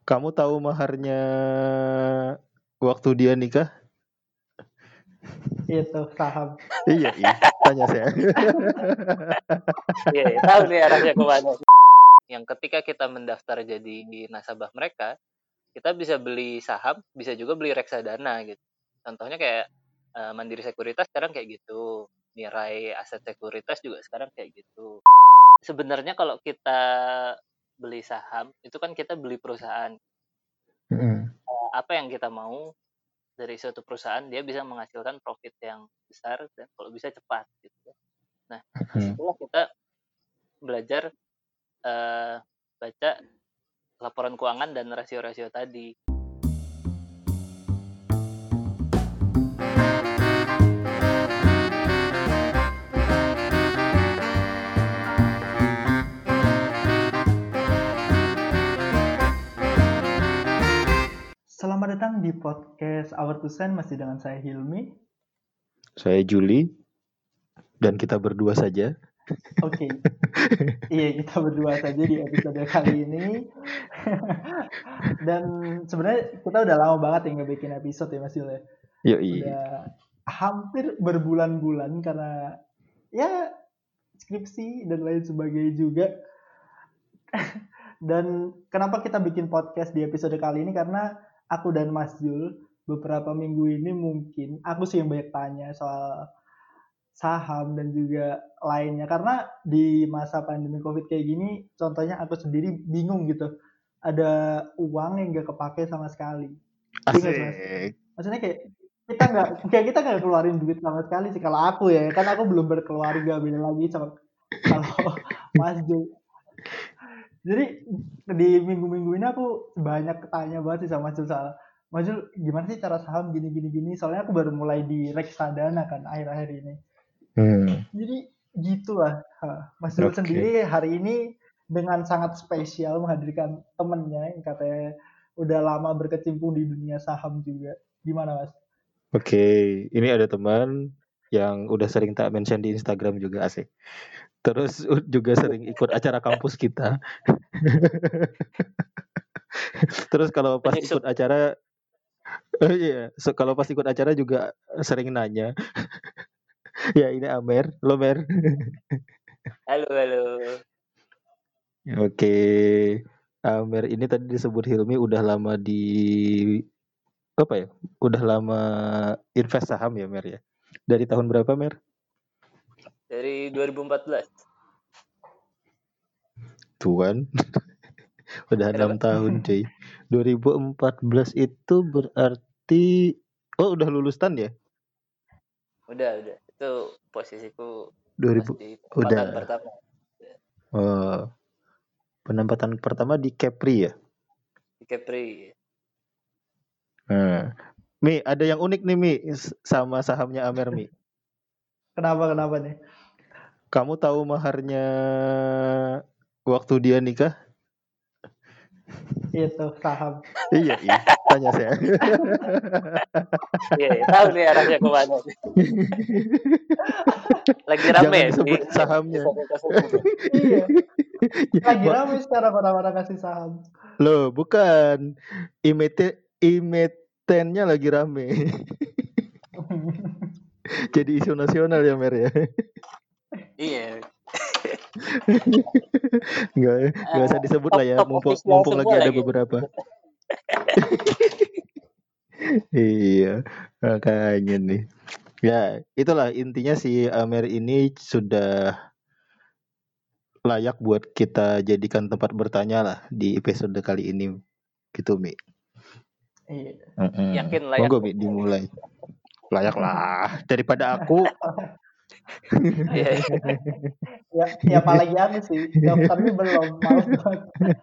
Kamu tahu maharnya waktu dia nikah? Itu saham. Iya, tanya saya. Iya, tahu nih arahnya kemana. Yang ketika kita mendaftar jadi nasabah mereka, kita bisa beli saham, bisa juga beli reksadana gitu. Contohnya kayak Mandiri Sekuritas sekarang kayak gitu. Mirai Aset Sekuritas juga sekarang kayak gitu. Sebenarnya kalau kita beli saham, itu kan kita beli perusahaan. Apa yang kita mau dari suatu perusahaan, dia bisa menghasilkan profit yang besar dan kalau bisa cepat gitu. Nah, disitulah kita belajar baca laporan keuangan dan rasio-rasio tadi. Selamat datang di podcast Our Tusen, masih dengan saya Hilmi. Saya Juli. Dan kita berdua saja. Oke. Iya, kita berdua saja di episode kali ini. Dan sebenarnya kita udah lama banget ya ngebikin episode ya Mas Yul ya. Yoi. Udah hampir berbulan-bulan karena ya skripsi dan lain sebagainya juga. Dan kenapa kita bikin podcast di episode kali ini, karena aku dan Mas Jul beberapa minggu ini mungkin aku sih yang banyak tanya soal saham dan juga lainnya, karena di masa pandemi COVID kayak gini, contohnya aku sendiri bingung gitu, ada uang yang gak kepake sama sekali. Asik. Maksudnya kayak kita nggak keluarin duit sama sekali sih kalau aku ya, kan aku belum berkeluarga, beda lagi sama kalau Mas Jul. Jadi di minggu-minggu ini aku banyak tanya banget sih sama Mas Jul soal, Mas Jul gimana sih cara saham gini, soalnya aku baru mulai di reksadana kan akhir-akhir ini. Jadi gitulah, Mas Jul sendiri hari ini dengan sangat spesial menghadirkan temennya yang katanya udah lama berkecimpung di dunia saham juga. Gimana Mas? Oke, ini ada teman yang udah sering tak mention di Instagram juga, asik. Terus juga sering ikut acara kampus kita. Terus kalau pas ikut acara, kalau pas ikut acara juga sering nanya. Ya, ini Amer. Halo, Mer. Halo. Oke. Amer ini tadi disebut Hilmi udah lama udah lama invest saham ya, Mer ya? Dari tahun berapa, Mer? Dari 2014. Tuan. Udah 6 tahun, cuy. 2014 itu berarti udah lulus TAN ya? Udah. Itu posisiku 2000 di penempatan pertama. Penempatan pertama di Kepri ya? Di Kepri. Mi, ada yang unik nih Mi sama sahamnya Amer Mi. Kenapa nih? Kamu tahu maharnya waktu dia nikah? Itu saham. Iya, tanya saya. Iya, tahu nih arahnya kemana. Lagi rame. Jangan disebut sahamnya. Iya. Lagi rame sekarang orang-orang kasih saham. Loh, bukan. Emitennya lagi rame. Jadi isu nasional ya, Mer ya. Iya. Nggak usah disebut lah ya, mumpung lagi ada beberapa. Iya, makanya nih. Ya, itulah intinya si Amer ini sudah layak buat kita jadikan tempat bertanya lah di episode kali ini. Gitu, Mi. Iya. Yakin layak. Monggo, Mi, dimulai. Layak lah, daripada aku. Ya apalagi aku sih, daftarnya belum, males banget.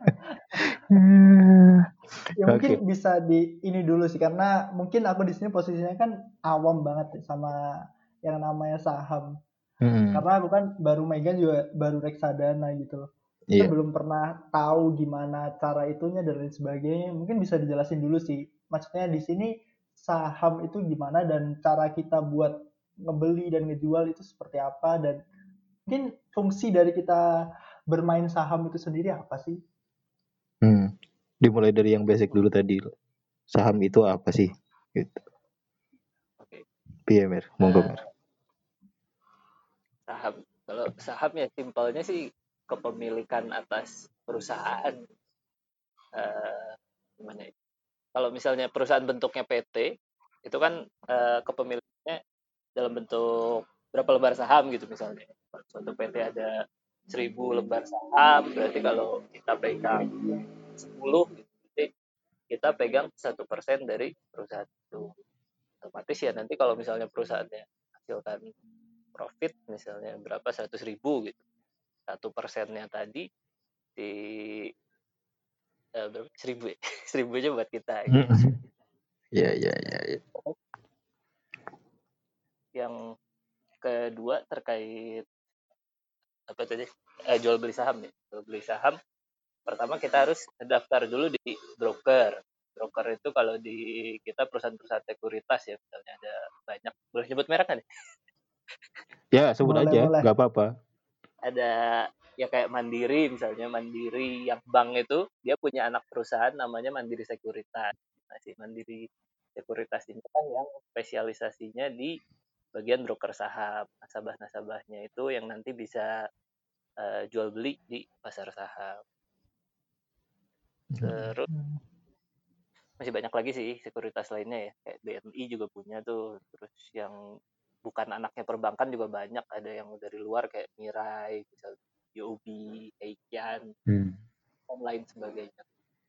Ya mungkin bisa di ini dulu sih, karena mungkin aku di sini posisinya kan awam banget sama yang namanya saham. Karena aku kan baru megang juga baru reksadana gitu loh. Kita belum pernah tahu gimana cara itunya dan lain sebagainya. Mungkin bisa dijelasin dulu sih. Maksudnya di sini saham itu gimana dan cara kita buat ngebeli dan ngejual itu seperti apa, dan mungkin fungsi dari kita bermain saham itu sendiri apa sih? Dimulai dari yang basic dulu tadi. Saham itu apa sih? Gitu. Oke. Piye, Mer? Monggo, Eh, Mer. saham. Kalau saham ya simpelnya sih kepemilikan atas perusahaan. Eh, Gimana ya? Kalau misalnya perusahaan bentuknya PT, itu kan kepemilikannya dalam bentuk berapa lembar saham gitu misalnya. Suatu PT ada 1.000 lembar saham, berarti kalau kita pegang 10, gitu, berarti kita pegang 1% dari perusahaan itu. Otomatis ya nanti kalau misalnya perusahaannya hasilkan profit misalnya berapa 100.000 gitu, 1%-nya tadi di berapa 1.000 ya, 1.000-nya buat kita gitu. Ya, ya, ya, ya. Yang kedua terkait apa tadi, jual beli saham ya. Jual beli saham pertama kita harus daftar dulu di broker. Broker itu kalau di kita perusahaan-perusahaan sekuritas ya, misalnya ada banyak, boleh nyebut merek kan ya? Ya, sebut Boleh, aja, boleh. nggak apa-apa. Ada ya kayak Mandiri misalnya, Mandiri yang bank itu dia punya anak perusahaan namanya Mandiri Sekuritas. Nah, si Mandiri Sekuritas ini kan yang spesialisasinya di bagian broker saham. Nasabah-nasabahnya itu yang nanti bisa jual beli di pasar saham. Terus masih banyak lagi sih sekuritas lainnya ya, kayak BNI juga punya tuh. Terus yang bukan anaknya perbankan juga banyak, ada yang dari luar kayak Mirai, misalnya UOB, Eikian, dan lain sebagainya.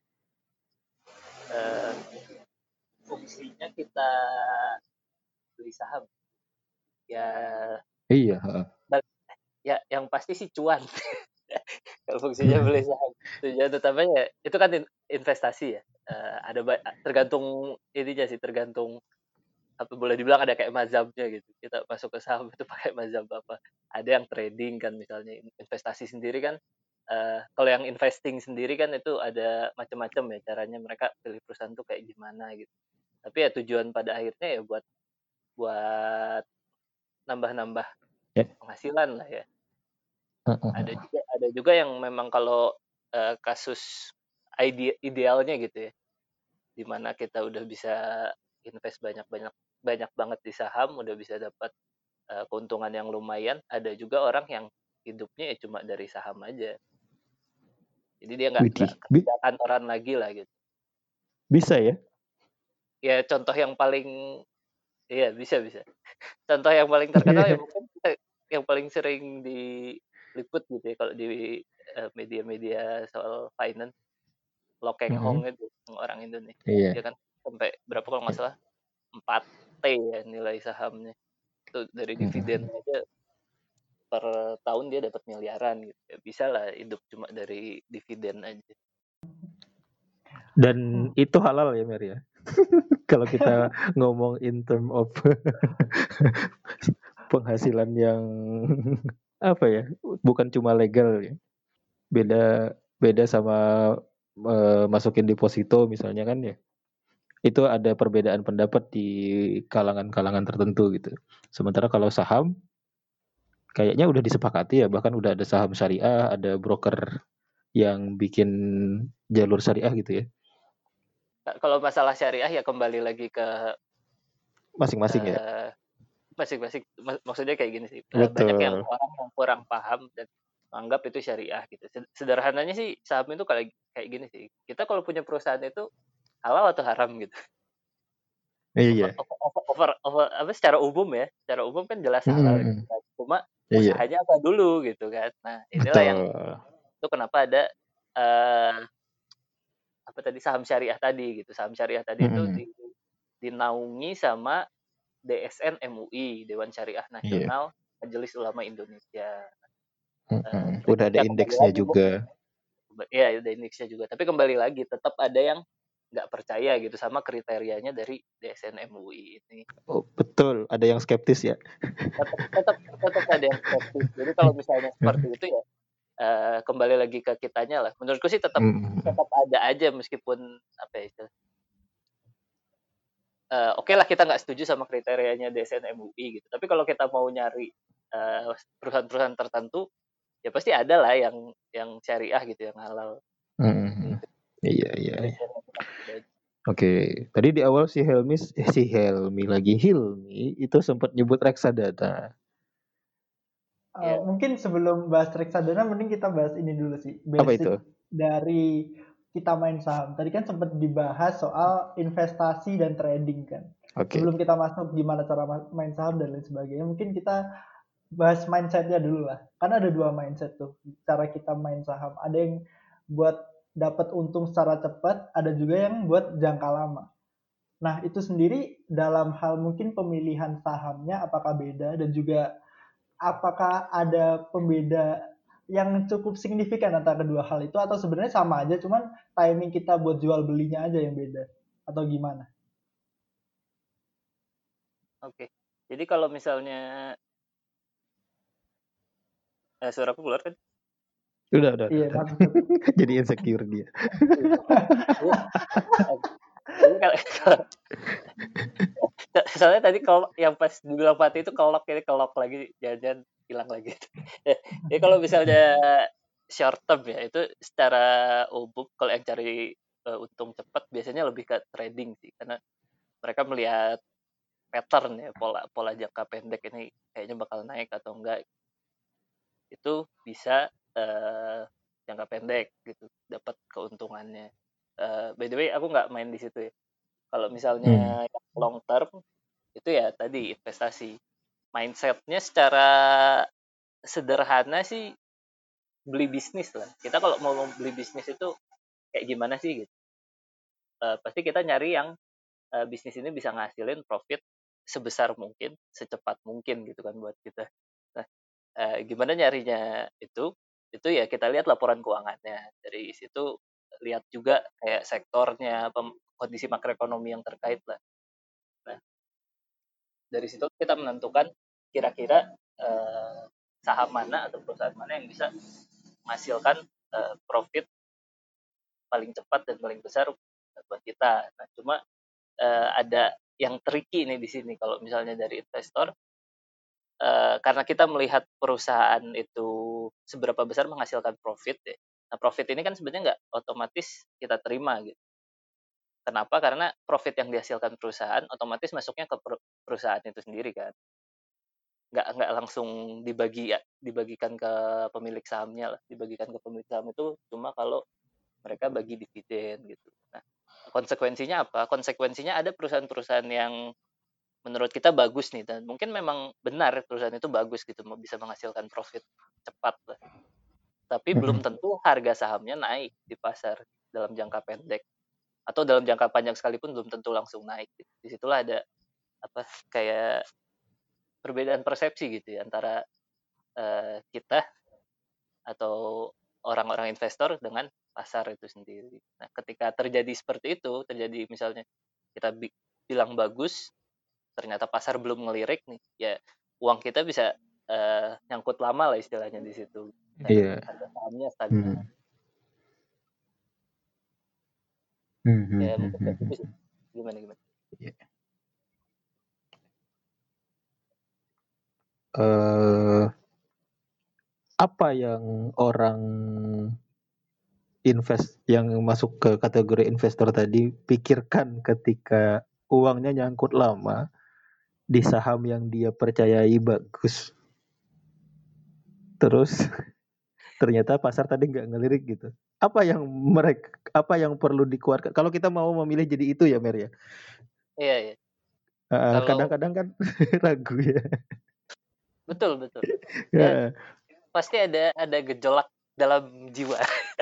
Eh, Fungsinya kita beli saham ya, Iya. ya yang pasti sih cuan. Kalau fungsinya beli saham tujuan utamanya itu kan investasi ya. Ada tergantung ininya sih, tergantung apa, boleh dibilang ada kayak mazhabnya gitu. Kita masuk ke saham itu pakai mazhab apa? Ada yang trading kan misalnya, investasi sendiri kan. Kalau yang investing sendiri kan itu ada macam-macam ya caranya, mereka pilih perusahaan tuh kayak gimana gitu. Tapi ya tujuan pada akhirnya ya buat buat nambah-nambah Ya. penghasilan lah ya. Ada juga yang memang kalau kasus idealnya gitu ya, di mana kita udah bisa invest banyak-banyak banyak banget di saham, udah bisa dapat keuntungan yang lumayan. Ada juga orang yang hidupnya ya cuma dari saham aja, jadi dia nggak Widih. kerja kantoran lagi lah gitu. Bisa ya? Ya contoh yang paling, iya bisa contoh yang paling terkenal ya mungkin yang paling sering diliput gitu ya kalau di media-media soal finance, Lo Keng Hong itu orang Indonesia. Iya. Dia kan sampai berapa kalau nggak salah 4T ya nilai sahamnya. Itu dari dividen aja per tahun dia dapat miliaran gitu. Ya, bisa lah hidup cuma dari dividen aja. Dan itu halal ya, Mer ya. Kalau kita ngomong in term of penghasilan yang apa ya, bukan cuma legal ya. Beda beda sama masukin deposito misalnya kan ya. Itu ada perbedaan pendapat di kalangan-kalangan tertentu gitu. Sementara kalau saham kayaknya udah disepakati ya, bahkan udah ada saham syariah, ada broker yang bikin jalur syariah gitu ya. Kalau masalah syariah ya kembali lagi ke Masing-masing ya. masing-masing. Maksudnya kayak gini sih. Banyak yang Betul. orang yang kurang paham dan menganggap itu syariah gitu. Sederhananya sih saham itu kayak gini sih. Kita kalau punya perusahaan itu halal atau haram gitu. Iya. Apa secara umum ya, secara umum kan jelas halal gitu. Cuma Iya. usahanya apa dulu gitu kan. Nah, inilah yang Betul. itu kenapa ada eh, apa tadi, saham syariah tadi gitu. Saham syariah tadi itu dinaungi sama DSN MUI, Dewan Syariah Iya. Nasional Majelis Ulama Indonesia. Udah ada Ya kembali indeksnya lagi juga. ya ada indeksnya juga. Tapi kembali lagi tetap ada yang nggak percaya gitu sama kriterianya dari DSN MUI ini. Oh, betul, ada yang skeptis ya. Tetap ada yang skeptis. Jadi kalau misalnya seperti itu ya kembali lagi ke kitanya lah. Menurutku sih tetap ada aja meskipun apa ya, oke lah kita nggak setuju sama kriterianya DSN MUI gitu. Tapi kalau kita mau nyari perusahaan-perusahaan tertentu, ya pasti ada lah yang syariah gitu, yang halal. Iya, iya. Kriteria kita beda aja. Oke, tadi di awal si Hilmi itu sempat nyebut reksadana. Iya. Mungkin sebelum bahas reksadana, mending kita bahas ini dulu sih, Apa itu? basic dari kita main saham. Tadi kan sempat dibahas soal investasi dan trading kan. Oke. Sebelum kita masuk gimana cara main saham dan lain sebagainya, mungkin kita bahas mindsetnya dulu lah. Karena ada dua mindset tuh, cara kita main saham. Ada yang buat dapat untung secara cepat, ada juga yang buat jangka lama. Nah, itu sendiri dalam hal mungkin pemilihan sahamnya apakah beda, dan juga apakah ada pembeda yang cukup signifikan antara kedua hal itu, atau sebenarnya sama aja cuman timing kita buat jual belinya aja yang beda, atau gimana? Oke. Jadi kalau misalnya suaraku keluar kan? Udah. Iya, mantap. Jadi insecure dia. Jadi kalau soalnya tadi kalau yang pas dibilang mati itu kelok, ini kelok lagi, jangan hilang lagi. Jadi kalau misalnya short term ya, itu secara umum kalau yang cari untung cepat biasanya lebih ke trading sih, karena mereka melihat pattern ya, pola jangka pendek ini kayaknya bakal naik atau enggak. Itu bisa jangka pendek gitu dapat keuntungannya. By the way, aku nggak main di situ ya. Kalau misalnya yang long term itu ya tadi investasi. Mindsetnya secara sederhana sih beli bisnis lah. Kita kalau mau beli bisnis itu kayak gimana sih gitu. Pasti kita nyari yang bisnis ini bisa ngasilin profit sebesar mungkin, secepat mungkin gitu kan buat kita. Nah, gimana nyarinya itu ya kita lihat laporan keuangannya. Dari situ lihat juga kayak sektornya, kondisi makroekonomi yang terkait lah. Nah, dari situ kita menentukan kira-kira saham mana atau perusahaan mana yang bisa menghasilkan profit paling cepat dan paling besar buat kita. Nah, cuma ada yang tricky nih di sini kalau misalnya dari investor, karena kita melihat perusahaan itu seberapa besar menghasilkan profit ya. Nah, profit ini kan sebenarnya nggak otomatis kita terima gitu. Kenapa? Karena profit yang dihasilkan perusahaan otomatis masuknya ke perusahaan itu sendiri kan. Nggak langsung dibagikan ke pemilik sahamnya lah. Dibagikan ke pemilik saham itu cuma kalau mereka bagi dividen gitu. Nah, konsekuensinya apa? Konsekuensinya ada perusahaan-perusahaan yang menurut kita bagus nih, dan mungkin memang benar perusahaan itu bagus gitu, bisa menghasilkan profit cepat lah. Tapi belum tentu harga sahamnya naik di pasar dalam jangka pendek, atau dalam jangka panjang sekalipun belum tentu langsung naik. Gitu. Disitulah ada apa kayak perbedaan persepsi gitu ya antara kita atau orang-orang investor dengan pasar itu sendiri. Nah, ketika terjadi seperti itu, terjadi misalnya kita bilang bagus, ternyata pasar belum ngelirik nih, ya uang kita bisa nyangkut lama lah istilahnya di situ. Dan harga sahamnya stagnan. Ya mungkin kayak gitu sih. Gimana? Apa yang orang yang masuk ke kategori investor tadi pikirkan ketika uangnya nyangkut lama di saham yang dia percayai bagus, terus ternyata pasar tadi nggak ngelirik gitu? Apa yang perlu dikeluarkan kalau kita mau memilih jadi itu ya, Mer ya? Iya. Kadang-kadang kan ragu ya. Betul. Ya, pasti ada gejolak dalam jiwa.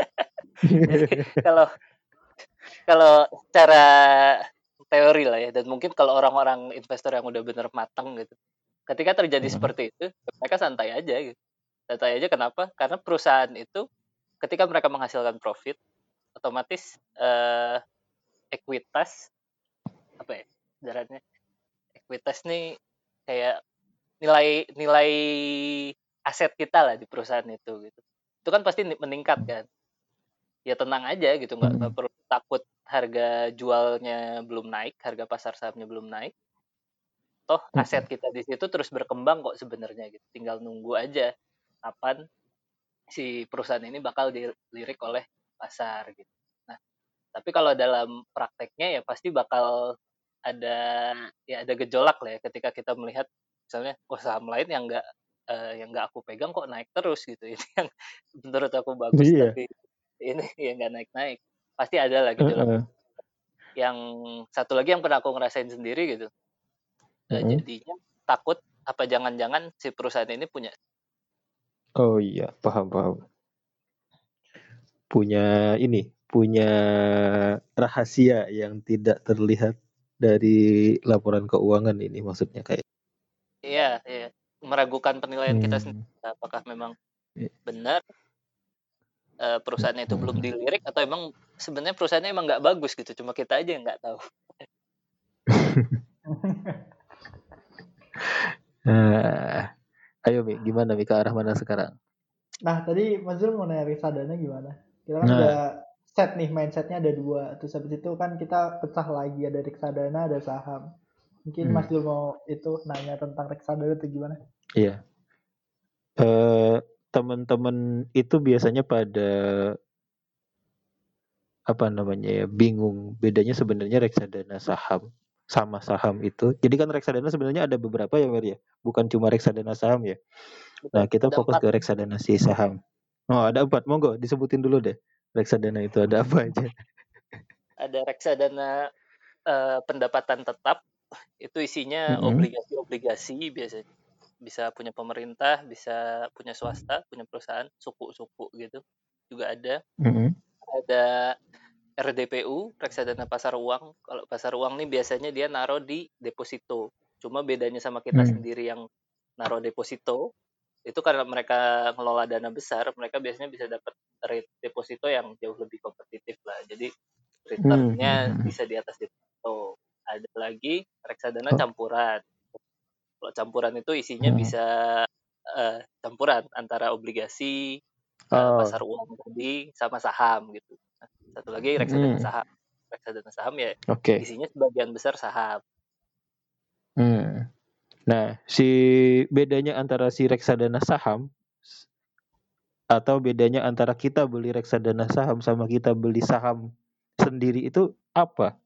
kalau secara teori lah ya, dan mungkin kalau orang-orang investor yang udah bener matang gitu, ketika terjadi seperti itu, mereka santai aja gitu. Santai aja, kenapa? Karena perusahaan itu ketika mereka menghasilkan profit, otomatis ekuitas apa ya ibaratnya, ekuitas nih kayak nilai aset kita lah di perusahaan itu gitu. Itu kan pasti meningkat kan. Ya tenang aja gitu, nggak perlu takut harga jualnya belum naik, harga pasar sahamnya belum naik. Toh aset kita di situ terus berkembang kok sebenarnya gitu. Tinggal nunggu aja kapan si perusahaan ini bakal dilirik oleh pasar gitu. Nah, Tapi kalau dalam prakteknya ya pasti bakal ada gejolak lah ya ketika kita melihat misalnya saham lain yang nggak aku pegang kok naik terus gitu. Ini yang menurut aku bagus Iya. tapi ini yang nggak naik-naik. Pasti ada lah gejolak. Heeh. Yang satu lagi yang pernah aku ngerasain sendiri gitu. Heeh. Jadinya takut apa jangan-jangan si perusahaan ini punya. Oh iya, paham. Punya rahasia yang tidak terlihat dari laporan keuangan ini maksudnya kayak. Iya, meragukan penilaian kita sendiri. Apakah memang benar perusahaannya itu belum dilirik atau emang sebenarnya perusahaannya emang nggak bagus gitu, cuma kita aja yang nggak tahu. Ayo Mi, gimana Mi, ke arah mana sekarang? Nah, tadi Mas Zul mau nanya reksadana gimana? Kita kan Nah, udah set nih, mindsetnya ada 2. Terus habis itu kan kita pecah lagi, ada reksadana, ada saham. Mungkin Mas Zul mau itu nanya tentang reksadana itu gimana? iya. Teman-teman itu biasanya pada bingung bedanya sebenarnya reksadana saham sama saham itu. Jadi kan reksadana sebenarnya ada beberapa ya Mer ya, bukan cuma reksadana saham ya. Nah, kita Ada fokus 4. ke reksadana si saham. Oh, ada 4. Monggo disebutin dulu deh. Reksadana itu ada apa aja? Ada reksadana pendapatan tetap, itu isinya Mm-mm. obligasi-obligasi biasanya. Bisa punya pemerintah, bisa punya swasta, punya perusahaan, suku-suku gitu. Juga ada. Mm-mm. Ada RDPU, reksadana pasar uang. Kalau pasar uang nih biasanya dia naruh di deposito. Cuma bedanya sama kita sendiri yang naruh deposito, itu karena mereka ngelola dana besar, mereka biasanya bisa dapat rate deposito yang jauh lebih kompetitif lah. Jadi return-nya bisa di atas deposito. Ada lagi reksadana campuran. Kalau campuran itu isinya bisa campuran antara obligasi, pasar uang tadi, sama saham gitu. Nah, satu lagi reksadana saham. Reksadana saham ya Oke. isinya sebagian besar saham. Nah, bedanya antara si reksadana saham atau bedanya antara kita beli reksadana saham sama kita beli saham sendiri itu apa?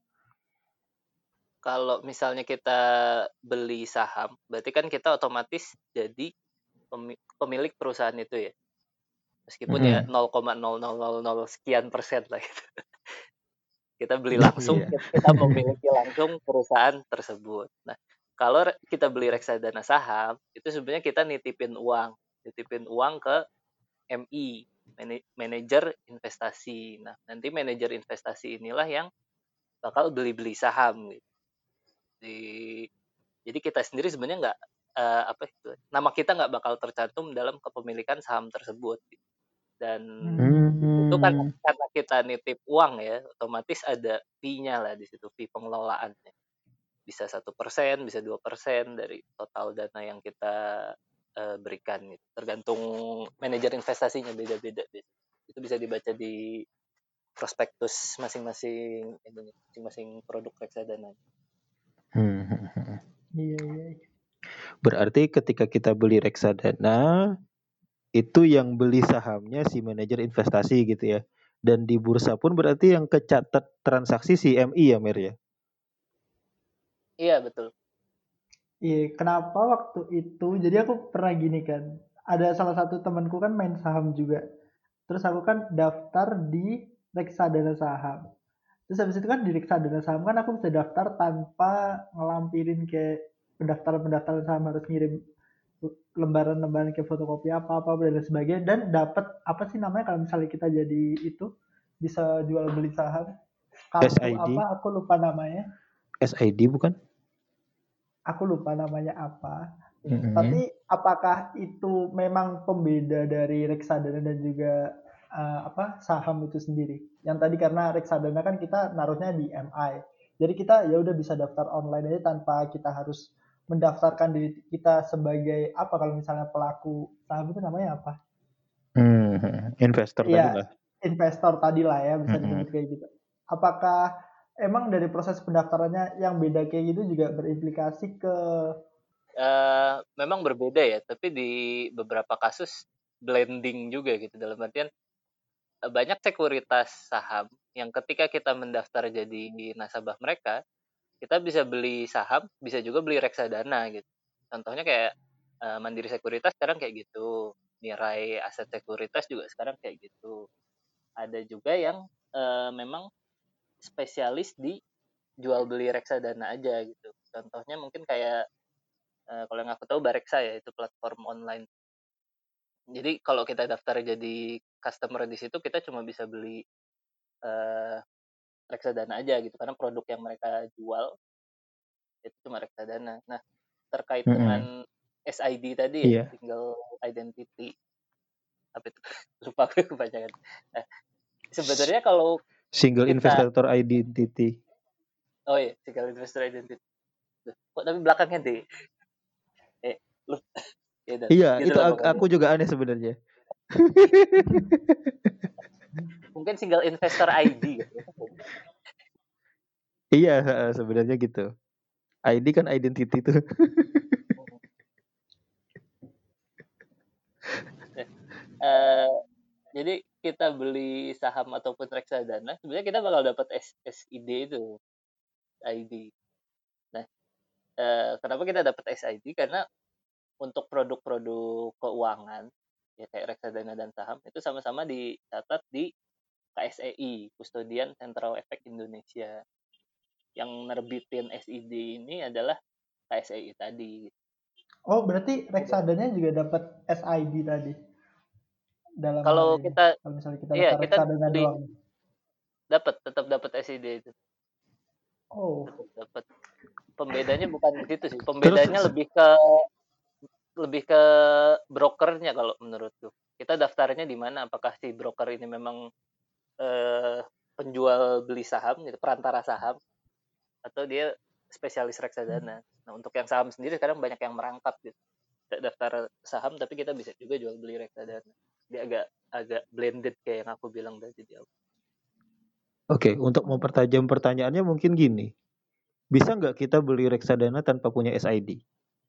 Kalau misalnya kita beli saham, berarti kan kita otomatis jadi pemilik perusahaan itu ya. Meskipun ya 0,0000 sekian persen lah gitu. Kita beli langsung, kita memiliki langsung perusahaan tersebut. Nah, kalau kita beli reksadana saham, itu sebenarnya kita nitipin uang ke MI, manajer investasi. Nah, nanti manajer investasi inilah yang bakal beli saham gitu. Jadi kita sendiri sebenarnya nggak nama kita nggak bakal tercantum dalam kepemilikan saham tersebut. Dan itu kan karena kita nitip uang ya, otomatis ada fee-nya lah di situ, fee pengelolaannya. Bisa 1%, bisa 2% dari total dana yang kita berikan gitu. Tergantung manajer investasinya beda-beda. Itu bisa dibaca di prospektus masing-masing produk reksadana. Iya. Berarti ketika kita beli reksadana, itu yang beli sahamnya si manajer investasi gitu ya. Dan di bursa pun berarti yang kecatat transaksi si MI ya Mer ya? Iya, betul. Iya, kenapa waktu itu, jadi aku pernah gini kan, ada salah satu temanku kan main saham juga. Terus aku kan daftar di reksadana saham. Terus habis itu kan di reksadana saham kan aku bisa daftar tanpa ngelampirin kayak pendaftaran saham harus ngirim lembaran-lembaran kayak fotokopi apa dan sebagainya, dan dapat apa sih namanya kalau misalnya kita jadi itu bisa jual beli saham, kartu SID. apa aku lupa namanya. SID bukan? Aku lupa namanya apa. Tapi apakah itu memang pembeda dari reksadana dan juga saham itu sendiri? Yang tadi karena reksadana kan kita naruhnya di MI. Jadi kita ya udah bisa daftar online aja tanpa kita harus mendaftarkan diri kita sebagai apa, kalau misalnya pelaku saham itu namanya apa? Investor tadi lah. Investor tadi lah ya, bisa disebut kayak gitu. Apakah emang dari proses pendaftarannya yang beda kayak gitu juga berimplikasi ke Memang berbeda ya, tapi di beberapa kasus blending juga gitu, dalam artian banyak sekuritas saham yang ketika kita mendaftar jadi nasabah mereka, kita bisa beli saham, bisa juga beli reksadana gitu. Contohnya kayak Mandiri Sekuritas sekarang kayak gitu, Mirai Aset Sekuritas juga sekarang kayak gitu. Ada juga yang memang spesialis di jual beli reksadana aja gitu. Contohnya mungkin kayak kalau yang aku tahu Bareksa ya, itu platform online. Jadi kalau kita daftar jadi customer di situ, kita cuma bisa beli reksadana aja gitu, karena produk yang mereka jual itu cuma reksadana. Nah, terkait dengan SID tadi ya, Iya. single identity, apa itu? Lupa aku kepanjangan. Nah, sebenarnya kalau Single kita, Investor Identity. oh iya, single investor identity. Kok tapi belakangnya D? Lu, ya udah, Iya, gitu itu lah pokoknya. aku juga aneh sebenarnya. Mungkin single investor ID gitu. Iya, sebenarnya gitu. ID kan identity tuh. Eh, jadi kita beli saham ataupun reksadana, sebenarnya kita bakal dapat SID itu, ID. Nah, kenapa kita dapat SID? Karena untuk produk-produk keuangan, ya kayak reksadana dan saham, itu sama-sama dicatat di KSEI, Custodian Central Effect Indonesia. Yang nerbitin SID ini adalah KSEI tadi. Oh, berarti reksadanya juga dapat SID tadi. Dalam hal Kalau ini. kita, Kalau misalnya kita iya daftar kita reksadana doang. tetap dapat SID itu, Oh, tetap dapat. Pembedanya bukan di situ sih, Terus pembedanya lebih ke brokernya kalau menurutku. Kita daftarnya di mana? Apakah si broker ini memang penjual beli saham, gitu, perantara saham, atau dia spesialis reksadana. Nah, untuk yang saham sendiri sekarang banyak yang merangkap gitu. Daftar saham tapi kita bisa juga jual beli reksadana. Dia agak blended kayak yang aku bilang tadi di awal. Oke, untuk mempertajam pertanyaannya mungkin gini. Bisa nggak kita beli reksadana tanpa punya SID?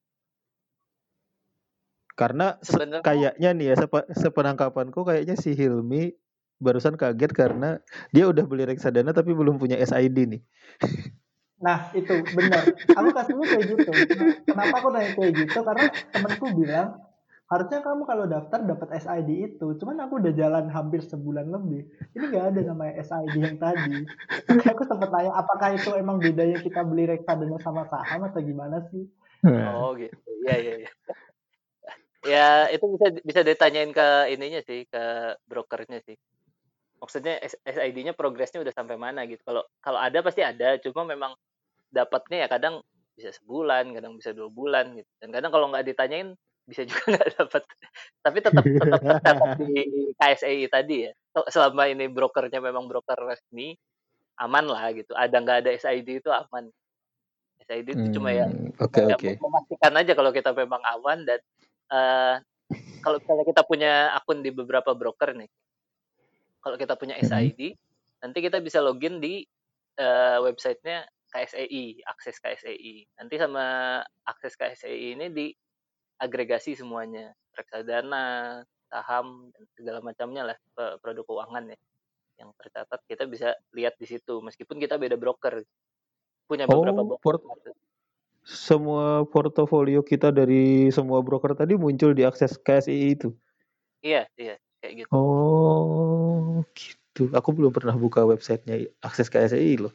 Karena Sebenarnya kayaknya nih ya, sepenangkapanku kayaknya si Hilmi barusan kaget karena dia udah beli reksadana tapi belum punya SID nih. nah itu benar. Aku kasihnya kayak gitu. Kenapa aku nanya kayak gitu? Karena temanku bilang harusnya kamu kalau daftar dapat SID itu. Cuman aku udah jalan hampir sebulan lebih. Ini nggak ada namanya SID yang tadi. Makanya aku sempat tanya apakah itu emang bedanya kita beli reksadana sama saham atau gimana sih? oh gitu. Iya. Ya itu bisa ditanyain ke ininya sih, ke brokernya sih. Maksudnya SID-nya progresnya udah sampai mana gitu. Kalau ada pasti ada, cuma memang dapatnya ya kadang bisa sebulan, kadang bisa 2 bulan gitu. Dan kadang kalau nggak ditanyain bisa juga nggak dapat. Tapi tetap tercatat di KSEI tadi ya. Selama ini brokernya memang broker resmi, aman lah gitu. Ada nggak ada SID itu aman. SID itu cuma ya kayak Oke. memastikan aja kalau kita memang aman. Dan eh, kalau misalnya kita punya akun di beberapa broker nih, kalau kita punya SID, nanti kita bisa login di websitenya KSEI, akses KSEI. Nanti sama akses KSEI ini diagregasi semuanya, reksadana, saham, dan segala macamnya lah, produk keuangan ya, yang tercatat kita bisa lihat di situ, meskipun kita beda broker, punya beberapa Oh, broker. semua portofolio kita dari semua broker tadi muncul di akses KSI itu. Iya, kayak gitu. Oh, gitu. Aku belum pernah buka websitenya akses KSI loh.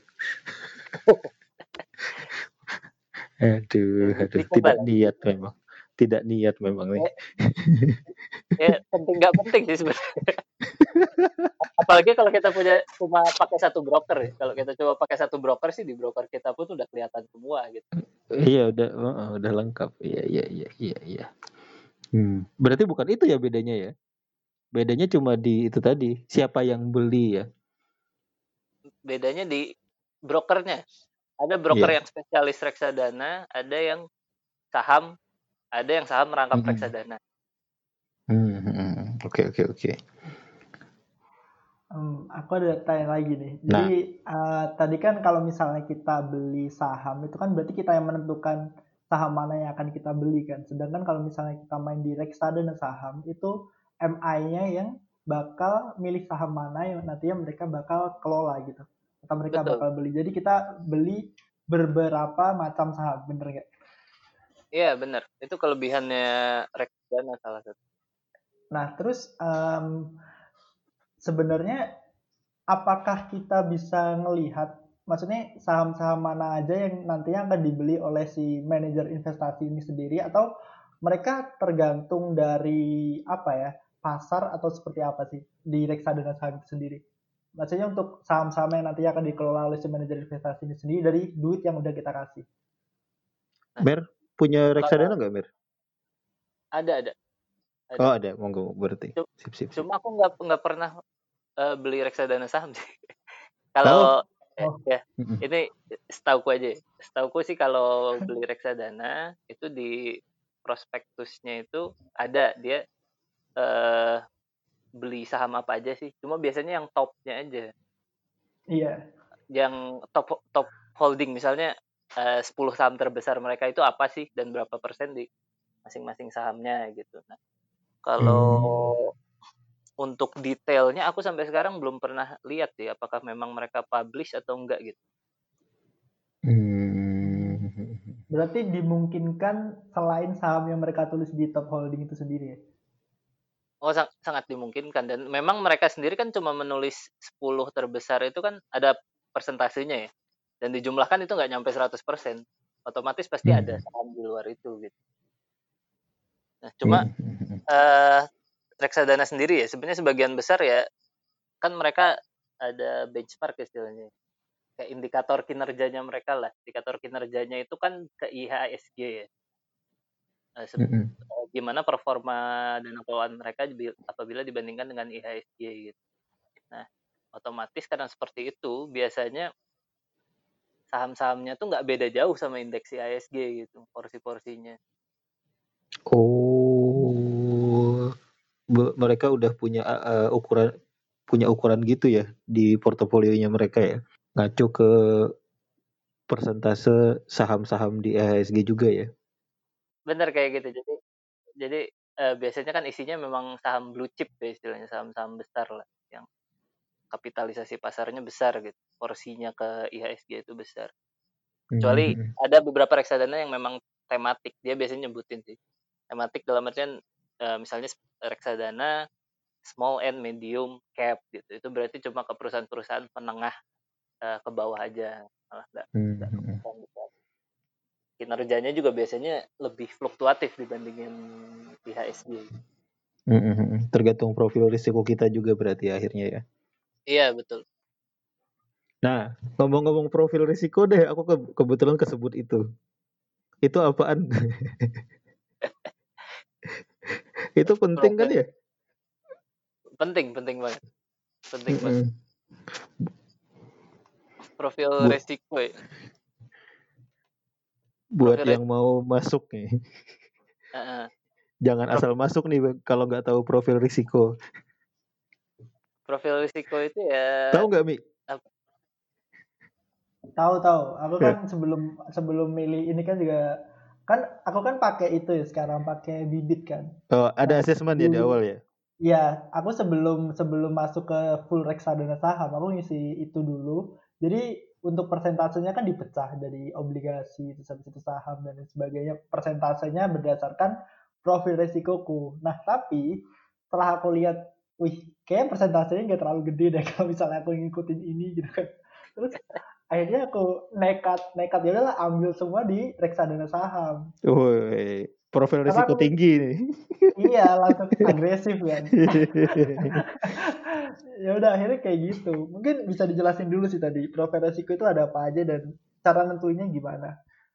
Aduh, tidak niat memang. Tidak niat memang nih. Ya penting nggak penting sih sebenarnya. Apalagi kalau kita cuma pakai satu broker ya. Kalau kita coba pakai satu broker sih, di broker kita pun udah kelihatan semua gitu. Iya, udah lengkap. Iya. Berarti bukan itu ya bedanya ya? Bedanya cuma di itu tadi, siapa yang beli ya? Bedanya di brokernya. Ada broker yang spesialis reksadana, ada yang saham, ada yang saham merangkap reksadana. Oke. Aku ada tanya lagi nih. Jadi tadi kan kalau misalnya kita beli saham itu kan berarti kita yang menentukan saham mana yang akan kita beli kan. Sedangkan kalau misalnya kita main di reksadana saham itu MI-nya yang bakal milih saham mana yang nantinya mereka bakal kelola gitu, atau mereka Betul. bakal beli. Jadi kita beli beberapa macam saham, bener nggak? Iya, benar. Itu kelebihannya reksadana salah satu. Nah, terus sebenarnya apakah kita bisa ngelihat, maksudnya saham-saham mana aja yang nantinya akan dibeli oleh si manajer investasi ini sendiri, atau mereka tergantung dari apa ya, pasar atau seperti apa sih di reksadana saham itu sendiri? Maksudnya untuk saham-saham yang nantinya akan dikelola oleh si manajer investasi ini sendiri dari duit yang udah kita kasih. Nah, Mer punya kalau reksadana nggak, Mer? ada. Oh ada, monggo berarti. Cu- Sip. Cuma aku nggak pernah beli reksadana saham sih. Oh, Kalau Oh, ya mm-mm. ini setauku aja. Setauku sih kalau beli reksadana itu di prospektusnya itu ada dia eh, beli saham apa aja sih. Cuma biasanya yang topnya aja. iya. Yang top holding misalnya 10 saham terbesar mereka itu apa sih dan berapa persen di masing-masing sahamnya gitu. Nah, kalau untuk detailnya aku sampai sekarang belum pernah lihat sih apakah memang mereka publish atau enggak gitu. Berarti dimungkinkan selain saham yang mereka tulis di top holding itu sendiri ya? Oh, sangat dimungkinkan dan memang mereka sendiri kan cuma menulis 10 terbesar itu kan ada persentasenya ya. Dan dijumlahkan itu nggak nyampe 100%. Otomatis pasti ada saham di luar itu gitu. Nah, cuma eh reksadana sendiri ya sebenarnya sebagian besar ya kan mereka ada benchmark istilahnya. Kayak indikator kinerjanya mereka lah. Indikator kinerjanya itu kan ke IHSG ya. Gimana performa dana keuangan mereka apabila dibandingkan dengan IHSG gitu. Nah, otomatis karena seperti itu, biasanya saham-sahamnya tuh nggak beda jauh sama indeks IHSG gitu, porsi-porsinya. Oh, mereka udah punya ukuran gitu ya di portofolionya mereka ya. Ngacu ke persentase saham-saham di IHSG juga ya. Bener kayak gitu. Jadi biasanya kan isinya memang saham blue chip ya istilahnya, saham-saham besar lah yang kapitalisasi pasarnya besar gitu. Porsinya ke IHSG itu besar. Kecuali ada beberapa reksadana yang memang tematik, dia biasanya nyebutin sih. Tematik dalam artian misalnya reksadana small and medium cap gitu. Itu berarti cuma ke perusahaan-perusahaan menengah ke bawah aja. Malah nggak ke perusahaan besar. Kinerjanya juga biasanya lebih fluktuatif dibandingin IHSG. Tergantung profil risiko kita juga berarti akhirnya ya. Iya, betul. Nah, ngomong-ngomong profil risiko deh, aku kebetulan kesebut itu. Itu apaan? Itu penting kan Profil ya? penting banget. Penting banget. Mm-mm. Profil Bu- resiko ya. buat Profil yang mau masuk nih, uh, jangan asal masuk nih kalau nggak tahu profil risiko. profil risiko itu ya Tahu nggak, Mi? Tahu. Aku kan sebelum milih ini kan juga kan aku kan pakai itu ya sekarang, pakai Bibit kan. Oh, ada Nah, asesmen ya di dulu awal ya? ya aku sebelum masuk ke full reksadana saham, aku ngisi itu dulu. Jadi untuk persentasenya kan dipecah dari obligasi, terus habis itu saham dan lain sebagainya. Persentasenya berdasarkan profil resikoku. Nah, tapi setelah aku lihat, wih, kayak persentasenya nggak terlalu gede deh kalau misalnya aku ngikutin ini gitu kan. Terus akhirnya aku nekat ya udahlah ambil semua di reksadana saham. Woi, profil Karena risiko aku tinggi nih. iya langsung agresif kan. Ya udah akhirnya kayak gitu. Mungkin bisa dijelasin dulu sih tadi profil resiko itu ada apa aja dan cara nentuinnya gimana.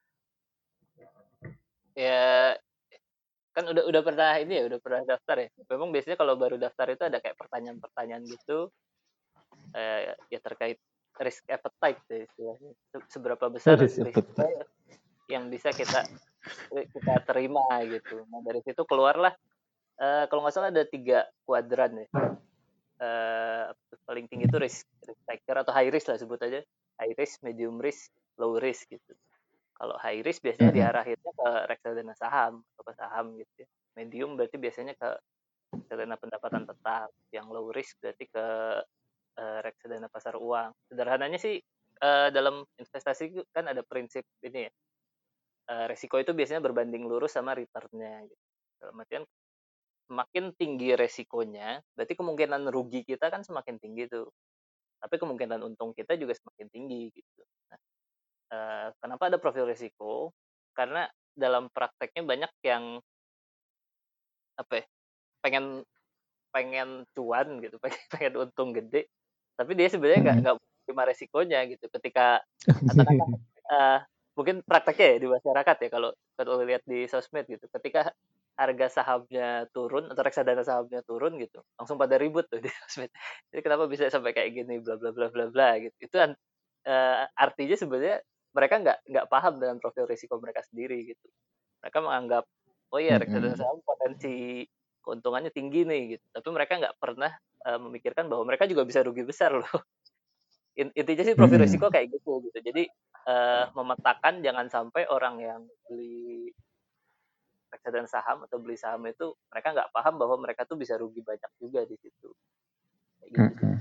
ya kan udah pernah ini ya, udah pernah daftar ya. Memang biasanya kalau baru daftar itu ada kayak pertanyaan-pertanyaan gitu ya terkait risk appetite ya istilahnya. Seberapa besar Risk risiko appetite. yang bisa kita terima gitu. Nah, dari situ keluarlah kalau nggak salah ada 3 kuadran ya. Paling tinggi itu risk factor atau high risk lah sebut aja. High risk, medium risk, low risk gitu. Kalau high risk biasanya diarahinnya ke reksadana saham atau ke saham gitu ya. Medium berarti biasanya ke reksadana pendapatan tetap. Yang low risk berarti ke reksadana pasar uang. Sederhananya sih dalam investasi kan ada prinsip ini ya, resiko itu biasanya berbanding lurus sama return-nya gitu. Dalam artian semakin tinggi resikonya, berarti kemungkinan rugi kita kan semakin tinggi tuh. Tapi kemungkinan untung kita juga semakin tinggi gitu. Nah, kenapa ada profil risiko? Karena dalam prakteknya banyak yang apa ya, pengen pengen cuan gitu, pengen untung gede, tapi dia sebenarnya nggak terima resikonya gitu. Ketika katakanlah mungkin prakteknya ya di masyarakat ya, kalau lihat di sosmed gitu, ketika harga sahamnya turun atau reksadana sahamnya turun gitu, langsung pada ribut tuh di sosmed. Jadi kenapa bisa sampai kayak gini, bla bla bla bla bla gitu. Itu artinya sebenarnya mereka nggak paham dengan profil risiko mereka sendiri gitu. Mereka menganggap, oh iya reksadana saham potensi keuntungannya tinggi nih gitu. Tapi mereka nggak pernah memikirkan bahwa mereka juga bisa rugi besar loh. Intinya sih profil risiko kayak gitu. Jadi memetakan jangan sampai orang yang beli reksadana saham atau beli saham itu mereka nggak paham bahwa mereka tuh bisa rugi banyak juga di situ. Kayak gitu sih.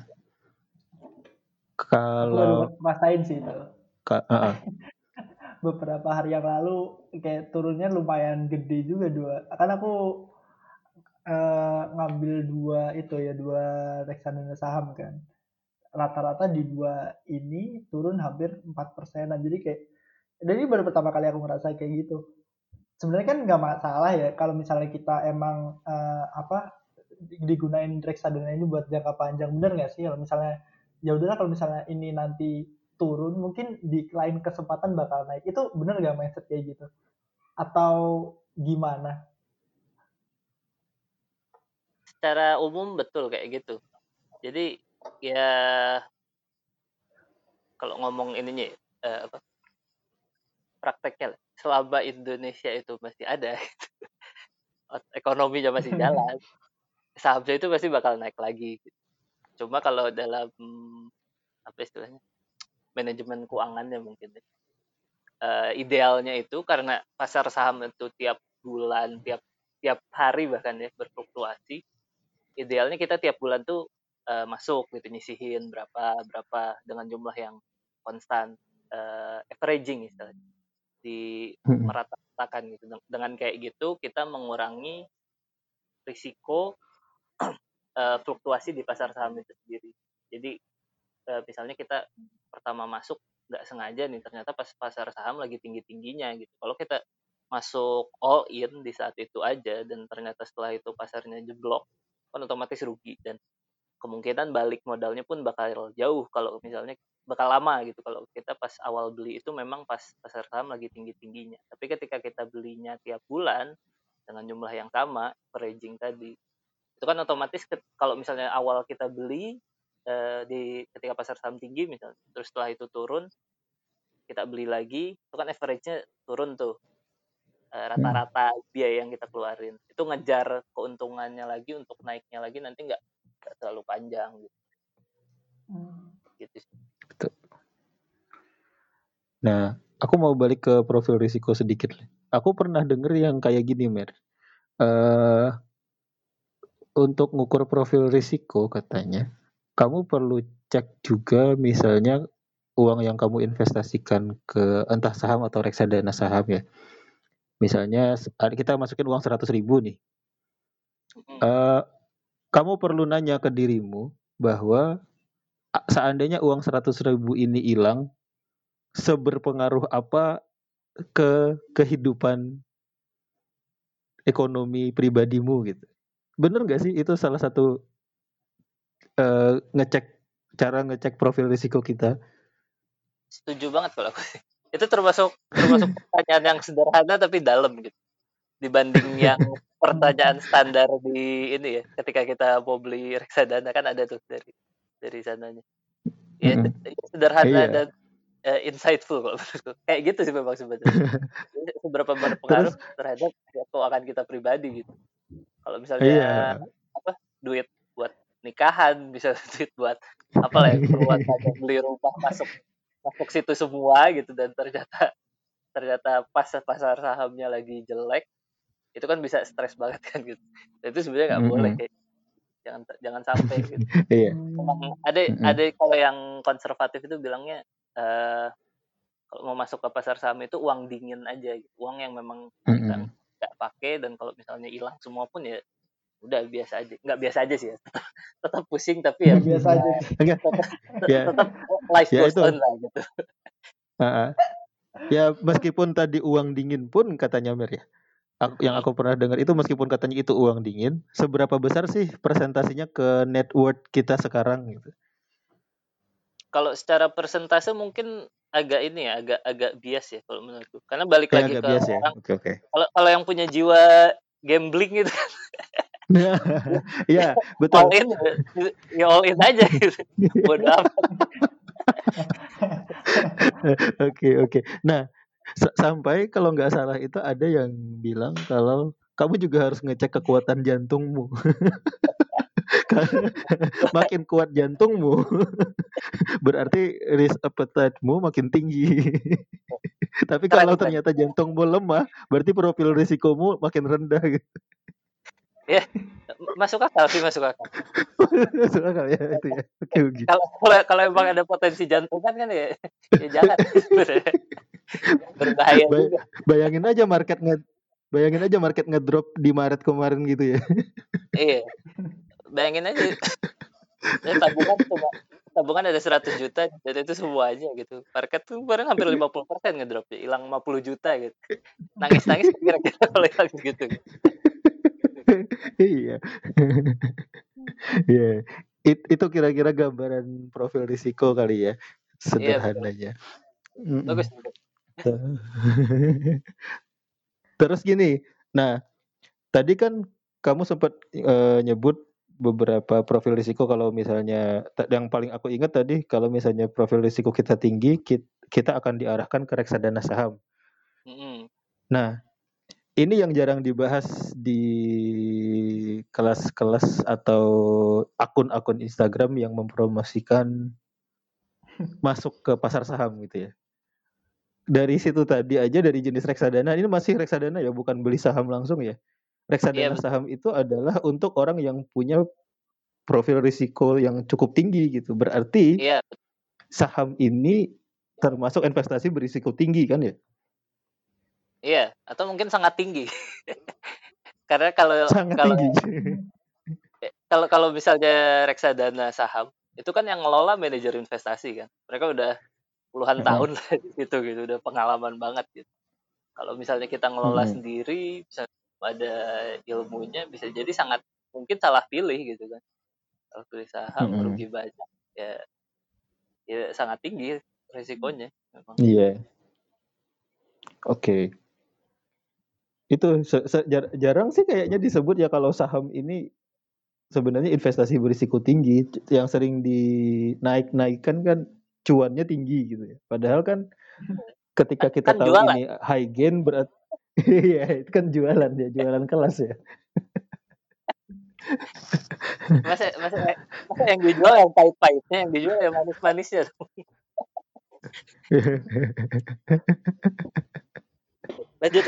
Aku baru Kalau rasain sih itu. Beberapa hari yang lalu kayak turunnya lumayan gede juga kan aku ngambil dua reksadana saham kan, rata-rata di dua ini turun hampir 4%. Jadi kayak ini baru pertama kali aku ngerasa kayak gitu. Sebenarnya kan nggak masalah ya kalau misalnya kita emang digunain reksadana ini buat jangka panjang, bener nggak sih? Kalau misalnya ya udahlah, kalau misalnya ini nanti turun mungkin di lain kesempatan bakal naik, itu bener nggak mindset kayak gitu atau gimana? Secara umum betul kayak gitu. Jadi ya kalau ngomong ininya prakteknya lah, selama Indonesia itu masih ada ekonominya masih jalan, sahamnya itu pasti bakal naik lagi. Cuma kalau dalam apa istilahnya, manajemen keuangannya mungkin idealnya itu karena pasar saham itu tiap bulan, tiap hari bahkan ya berfluktuasi. Idealnya kita tiap bulan tuh masuk gitu, nyisihin berapa berapa dengan jumlah yang konstan, averaging istilahnya, di meratakan gitu. Dengan kayak gitu kita mengurangi risiko fluktuasi di pasar saham itu sendiri. Jadi misalnya kita pertama masuk nggak sengaja nih, ternyata pas pasar saham lagi tinggi-tingginya gitu. Kalau kita masuk all in di saat itu aja dan ternyata setelah itu pasarnya jeblok, kan otomatis rugi dan kemungkinan balik modalnya pun bakal jauh kalau misalnya bakal lama gitu. Kalau kita pas awal beli itu memang pas pasar saham lagi tinggi-tingginya. Tapi ketika kita belinya tiap bulan dengan jumlah yang sama, averaging tadi, itu kan otomatis kalau misalnya awal kita beli di ketika pasar saham tinggi misalnya, terus setelah itu turun kita beli lagi, itu kan average-nya turun tuh, rata-rata biaya yang kita keluarin itu ngejar keuntungannya lagi untuk naiknya lagi nanti nggak terlalu panjang gitu sih. Betul. Nah, aku mau balik ke profil risiko sedikit. Aku pernah denger yang kayak gini, Mer. Untuk ngukur profil risiko katanya, kamu perlu cek juga misalnya uang yang kamu investasikan ke entah saham atau reksadana saham ya. Misalnya kita masukin uang 100.000 nih. Kamu perlu nanya ke dirimu bahwa seandainya uang 100.000 ini hilang, seberpengaruh apa ke kehidupan ekonomi pribadimu gitu. Bener nggak sih itu salah satu cara ngecek profil risiko kita? Setuju banget kalau aku. Itu termasuk pertanyaan yang sederhana tapi dalam gitu. Dibanding yang pertanyaan standar di ini ya, ketika kita mau beli reksadana kan ada tuh dari sananya. Ya sederhana dan insightful kalau menurutku. Kayak gitu sih memang sebenarnya. Seberapa berpengaruh terhadap keuangan kita pribadi gitu. Kalau misalnya duit buat nikahan, bisa duit buat apa lah ya, keperluan pajak beli rumah masuk situ semua gitu, dan ternyata pas pasar sahamnya lagi jelek, itu kan bisa stres banget kan gitu. Dan itu sebenarnya nggak boleh, kayak jangan sampai gitu. Iya. Emang ada kalau yang konservatif itu bilangnya kalau mau masuk ke pasar saham itu uang dingin aja gitu. Uang yang memang kita nggak pakai, dan kalau misalnya hilang semua pun ya udah biasa aja. Nggak biasa aja sih ya. Tetap pusing, tapi ya Biasa aja. tetap life Ya goes itu. on lah gitu. Ya meskipun tadi uang dingin pun katanya Mer ya. Yang aku pernah dengar itu meskipun katanya itu uang dingin, seberapa besar sih presentasinya ke net worth kita sekarang gitu? Kalau secara persentase mungkin agak ini ya, agak bias ya kalau menurutku. Karena balik lagi Agak ke bias ya. orang. Oke. Kalau yang punya jiwa gambling gitu, Iya, all betul. in ya all in aja gitu. Bodoh amat. Oke. Nah, sampai kalau nggak salah itu ada yang bilang kalau kamu juga harus ngecek kekuatan jantungmu. Makin kuat jantungmu, berarti risk appetite-mu makin tinggi. Tapi kalau Keren. ternyata jantungmu lemah, berarti profil risikomu makin rendah gitu. Ya, masuk akal sih, masuk akal. Masuk akal ya itu ya. Oke. Kalau emang ada potensi jantungan kan ya jangan sebenarnya. Berbahaya juga. Bayangin aja market ngedrop di Maret kemarin gitu ya. Iya. Bayangin aja. Tabungan ada 100 juta dan itu semua aja gitu. Market tuh bareng hampir 50% ngedrop, hilang 50 juta gitu. Nangis-nangis kira-kira kalau hilang gitu. Iya. Iya. Itu kira-kira gambaran profil risiko kali ya, Iya, betul. sederhananya. Bagus. Terus gini, nah tadi kan kamu sempat nyebut beberapa profil risiko. Kalau misalnya yang paling aku ingat tadi, kalau misalnya profil risiko kita tinggi, kita akan diarahkan ke reksadana saham. Nah, ini yang jarang dibahas di kelas-kelas atau akun-akun Instagram yang mempromosikan masuk ke pasar saham gitu ya. Dari situ tadi aja, dari jenis reksadana, ini masih reksadana ya, bukan beli saham langsung ya. Reksadana saham itu adalah untuk orang yang punya profil risiko yang cukup tinggi gitu. Berarti saham ini termasuk investasi berisiko tinggi kan ya? Iya, atau mungkin sangat tinggi. Karena kalau Sangat tinggi. kalau misalnya reksadana saham, itu kan yang ngelola manajer investasi kan. Mereka udah puluhan tahun lah gitu, udah pengalaman banget gitu. Kalau misalnya kita ngelola sendiri, bisa ada ilmunya, bisa jadi sangat mungkin salah pilih gitu kan. Kalau pilih saham rugi banyak, ya sangat tinggi risikonya memang. Iya. Oke. Itu jarang sih kayaknya disebut ya kalau saham ini sebenarnya investasi berisiko tinggi. Yang sering dinaik-naikkan kan cuannya tinggi gitu ya. Padahal kan ketika kita kan tahu jualan. ini high gain berarti iya, itu kan jualan ya, jualan kelas ya. masa yang dijual yang pahit-pahitnya, yang dijual yang manis-manisnya. Lanjut.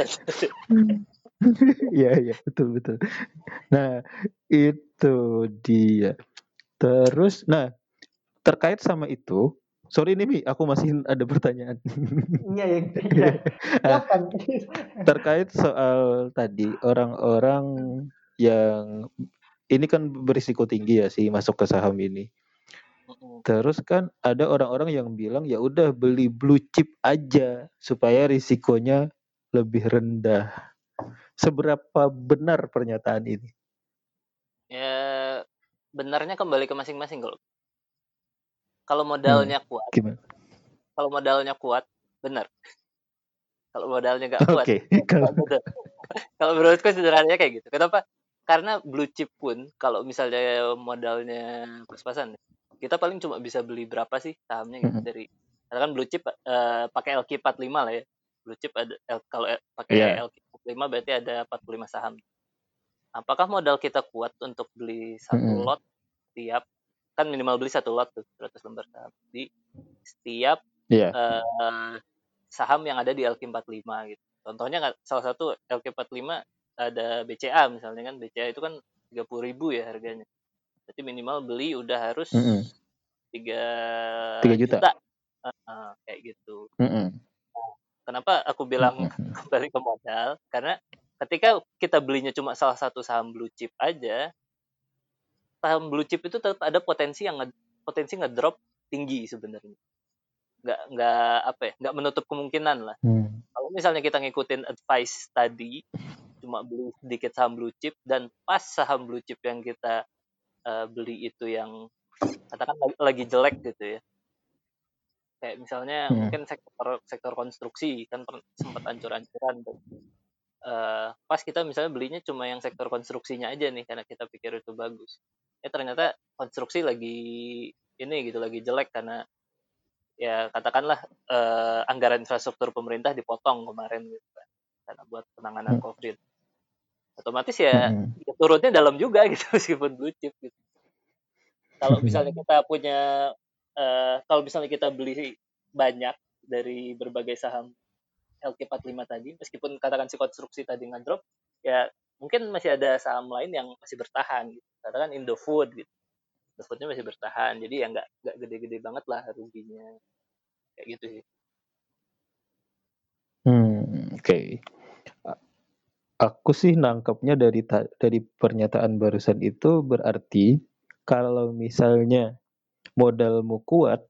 Iya, betul. Nah, itu dia. Terus, nah, terkait sama itu, sorry nih Mi, aku masih ada pertanyaan. Iya. Terkait soal tadi orang-orang yang ini kan berisiko tinggi ya sih masuk ke saham ini. Terus kan ada orang-orang yang bilang ya udah beli blue chip aja supaya risikonya lebih rendah. Seberapa benar pernyataan ini? Ya, benarnya kembali ke masing-masing kalau modalnya kuat. Gimana? Kalau modalnya kuat, benar. Kalau modalnya nggak kuat, benar. Kalau menurutku sederhananya kayak gitu. Kenapa? Karena blue chip pun kalau misalnya modalnya pas-pasan, kita paling cuma bisa beli berapa sih sahamnya gitu dari. Katakan blue chip pakai LQ45 lah ya. Blue chip ada kalau pakai LQ45 berarti ada 45 saham. Apakah modal kita kuat untuk beli satu lot setiap, kan minimal beli satu lot tuh 100 lembar saham di setiap saham yang ada di LQ45 gitu. Contohnya salah satu LQ45 ada BCA misalnya kan, BCA itu kan 30.000 ya harganya. Berarti minimal beli udah harus 3 3 juta. juta. Kayak gitu. Mm-mm. Kenapa aku bilang Mm-mm. kembali ke modal? Karena ketika kita belinya cuma salah satu saham blue chip aja, saham blue chip itu tetap ada potensi potensi ngedrop tinggi sebenarnya. Nggak apa ya, nggak menutup kemungkinan lah. Kalau misalnya kita ngikutin advice tadi, cuma beli sedikit saham blue chip dan pas saham blue chip yang kita beli itu yang katakan lagi jelek gitu ya. Kayak misalnya mungkin sektor konstruksi kan sempat ancur-ancuran tuh. Pas kita misalnya belinya cuma yang sektor konstruksinya aja nih karena kita pikir itu bagus. Ya ternyata konstruksi lagi ini gitu lagi jelek karena ya katakanlah anggaran infrastruktur pemerintah dipotong kemarin gitu kan karena buat penanganan COVID. Otomatis ya turunnya dalam juga gitu meskipun blue chip gitu. Kalau misalnya kita punya kalau misalnya kita beli banyak dari berbagai saham LQ45 tadi, meskipun katakan si konstruksi tadi ngedrop, ya mungkin masih ada saham lain yang masih bertahan. Gitu. Katakan Indofood, gitu. Indofoodnya masih bertahan, jadi ya nggak gede-gede banget lah ruginya. Kayak gitu sih. Oke. Aku sih nangkepnya dari pernyataan barusan itu berarti kalau misalnya modalmu kuat,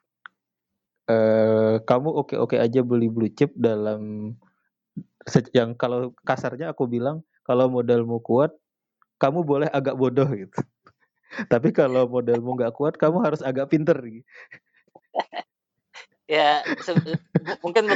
kamu oke-oke aja beli blue chip dalam yang kalau kasarnya aku bilang kalau modalmu kuat, kamu boleh agak bodoh gitu. Tapi kalau modalmu nggak kuat, kamu harus agak pinter. Gitu. Ya mungkin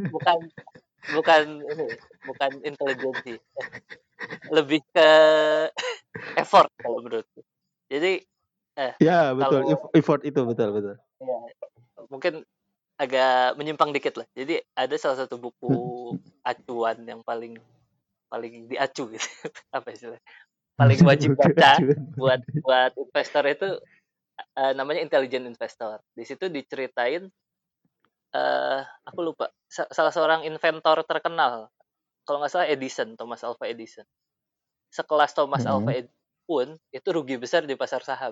bukan intelijensi, lebih ke effort kalau menurutku. Jadi Ya betul, kalau effort itu betul. ya, mungkin agak menyimpang dikit lah. Jadi ada salah satu buku acuan yang paling diacu gitu. Apa istilahnya? Paling wajib baca buat investor itu namanya Intelligent Investor. Di situ diceritain aku lupa salah seorang inventor terkenal. Kalau nggak salah Edison, Thomas Alva Edison. Sekelas Thomas Alva Edison pun itu rugi besar di pasar saham.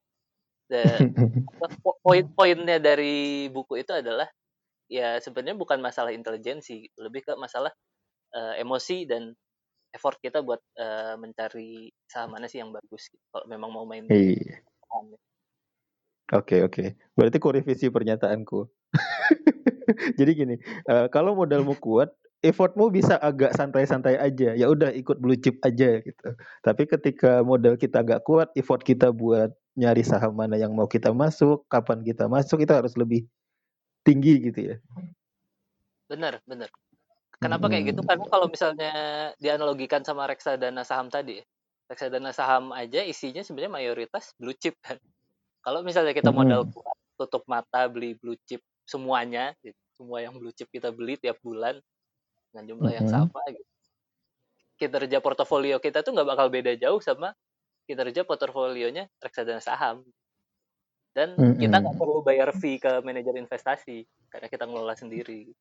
Poin-poinnya dari buku itu adalah ya sebenarnya bukan masalah intelijensi, lebih ke masalah emosi dan effort kita buat mencari saham mana sih yang bagus gitu. Kalau memang mau main di saham. Oke. Berarti ku revisi pernyataanku. Jadi gini, kalau modalmu kuat, effortmu bisa agak santai-santai aja. Ya udah ikut blue chip aja gitu. Tapi ketika modal kita agak kuat, effort kita buat nyari saham mana yang mau kita masuk, kapan kita masuk itu harus lebih tinggi gitu ya. Benar. Kenapa kayak gitu? Karena kalau misalnya dianalogikan sama reksadana saham tadi, reksadana saham aja isinya sebenarnya mayoritas blue chip kan. Kalau misalnya kita modal kuat, tutup mata beli blue chip semuanya, gitu. Semua yang blue chip kita beli tiap bulan dengan jumlah yang sama, gitu. Kinerja portofolio kita tuh nggak bakal beda jauh sama kinerja portofolionya reksadana saham. Dan kita nggak perlu bayar fee ke manajer investasi karena kita ngelola sendiri.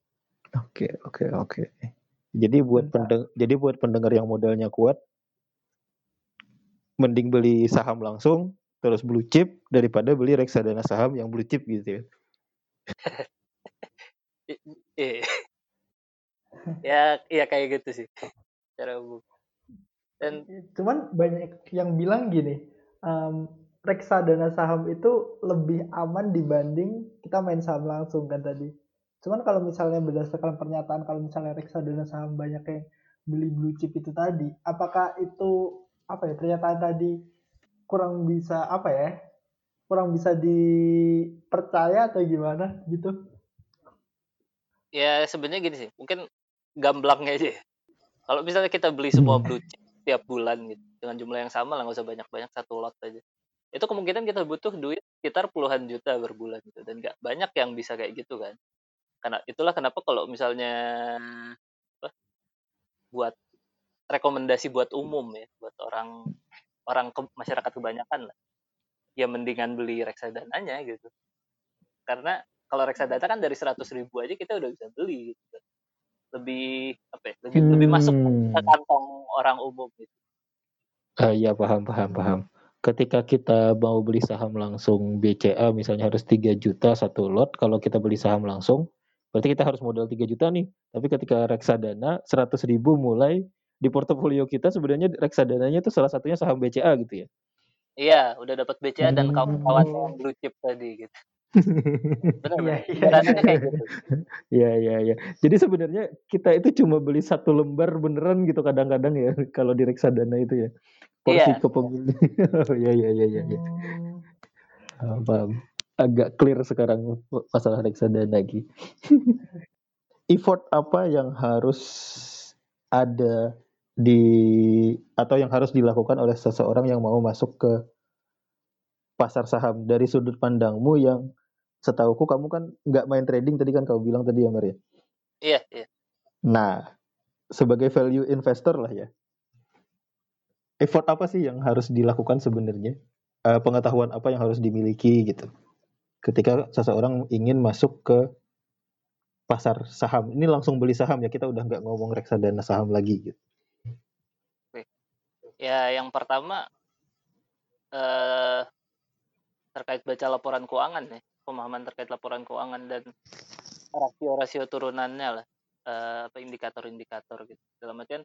Oke. Jadi buat pendengar yang modalnya kuat, mending beli saham langsung terus blue chip daripada beli reksadana saham yang blue chip gitu ya. Ya kayak gitu sih cara umum. Dan cuman banyak yang bilang gini, reksadana saham itu lebih aman dibanding kita main saham langsung kan tadi. Cuman kalau misalnya berdasarkan pernyataan kalau misalnya reksadana saham banyak yang beli blue chip itu tadi, apakah itu apa ya pernyataan tadi kurang bisa dipercaya atau gimana gitu? ya sebenarnya gini sih, mungkin gamblangnya aja ya. Kalau misalnya kita beli semua blue chip tiap bulan gitu dengan jumlah yang sama lah, nggak usah banyak-banyak, satu lot aja. Itu kemungkinan kita butuh duit sekitar puluhan juta per bulan gitu, dan nggak banyak yang bisa kayak gitu kan. Karena itulah kenapa kalau misalnya apa, buat rekomendasi buat umum ya, buat masyarakat kebanyakan lah, ya mendingan beli reksadananya gitu. Karena kalau reksadana kan dari 100.000 aja kita udah bisa beli gitu. lebih apa ya, lebih masuk ke kantong orang umum gitu. Iya, paham. Ketika kita mau beli saham langsung BCA misalnya harus 3 juta satu lot, kalau kita beli saham langsung berarti kita harus modal 3 juta nih. Tapi ketika reksadana 100.000 mulai di portofolio kita sebenarnya reksadananya itu salah satunya saham BCA gitu ya. Iya, udah dapat BCA dan kawan-kawan yang Oh, blue chip tadi gitu. iya Benar-benar. iya iya Sederhananya iya. kayak gitu. Iya. Jadi sebenarnya kita itu cuma beli satu lembar beneran gitu kadang-kadang ya kalau di reksadana itu ya. Porsi Iya, kepemilikan. Oh, iya. Hmm, Paham. Agak clear sekarang masalah reksadana lagi. Effort apa yang harus ada di atau yang harus dilakukan oleh seseorang yang mau masuk ke pasar saham dari sudut pandangmu yang setauku kamu kan nggak main trading tadi kan kamu bilang tadi ya Maria. iya. Nah, sebagai value investor lah ya. Effort apa sih yang harus dilakukan sebenarnya? Pengetahuan apa yang harus dimiliki gitu. Ketika seseorang ingin masuk ke pasar saham, ini langsung beli saham ya, kita udah nggak ngomong reksadana saham lagi gitu. Oke. Ya, yang pertama eh, terkait baca laporan keuangan ya, pemahaman terkait laporan keuangan dan rasio-rasio turunannya lah, apa indikator-indikator gitu. Dalam artian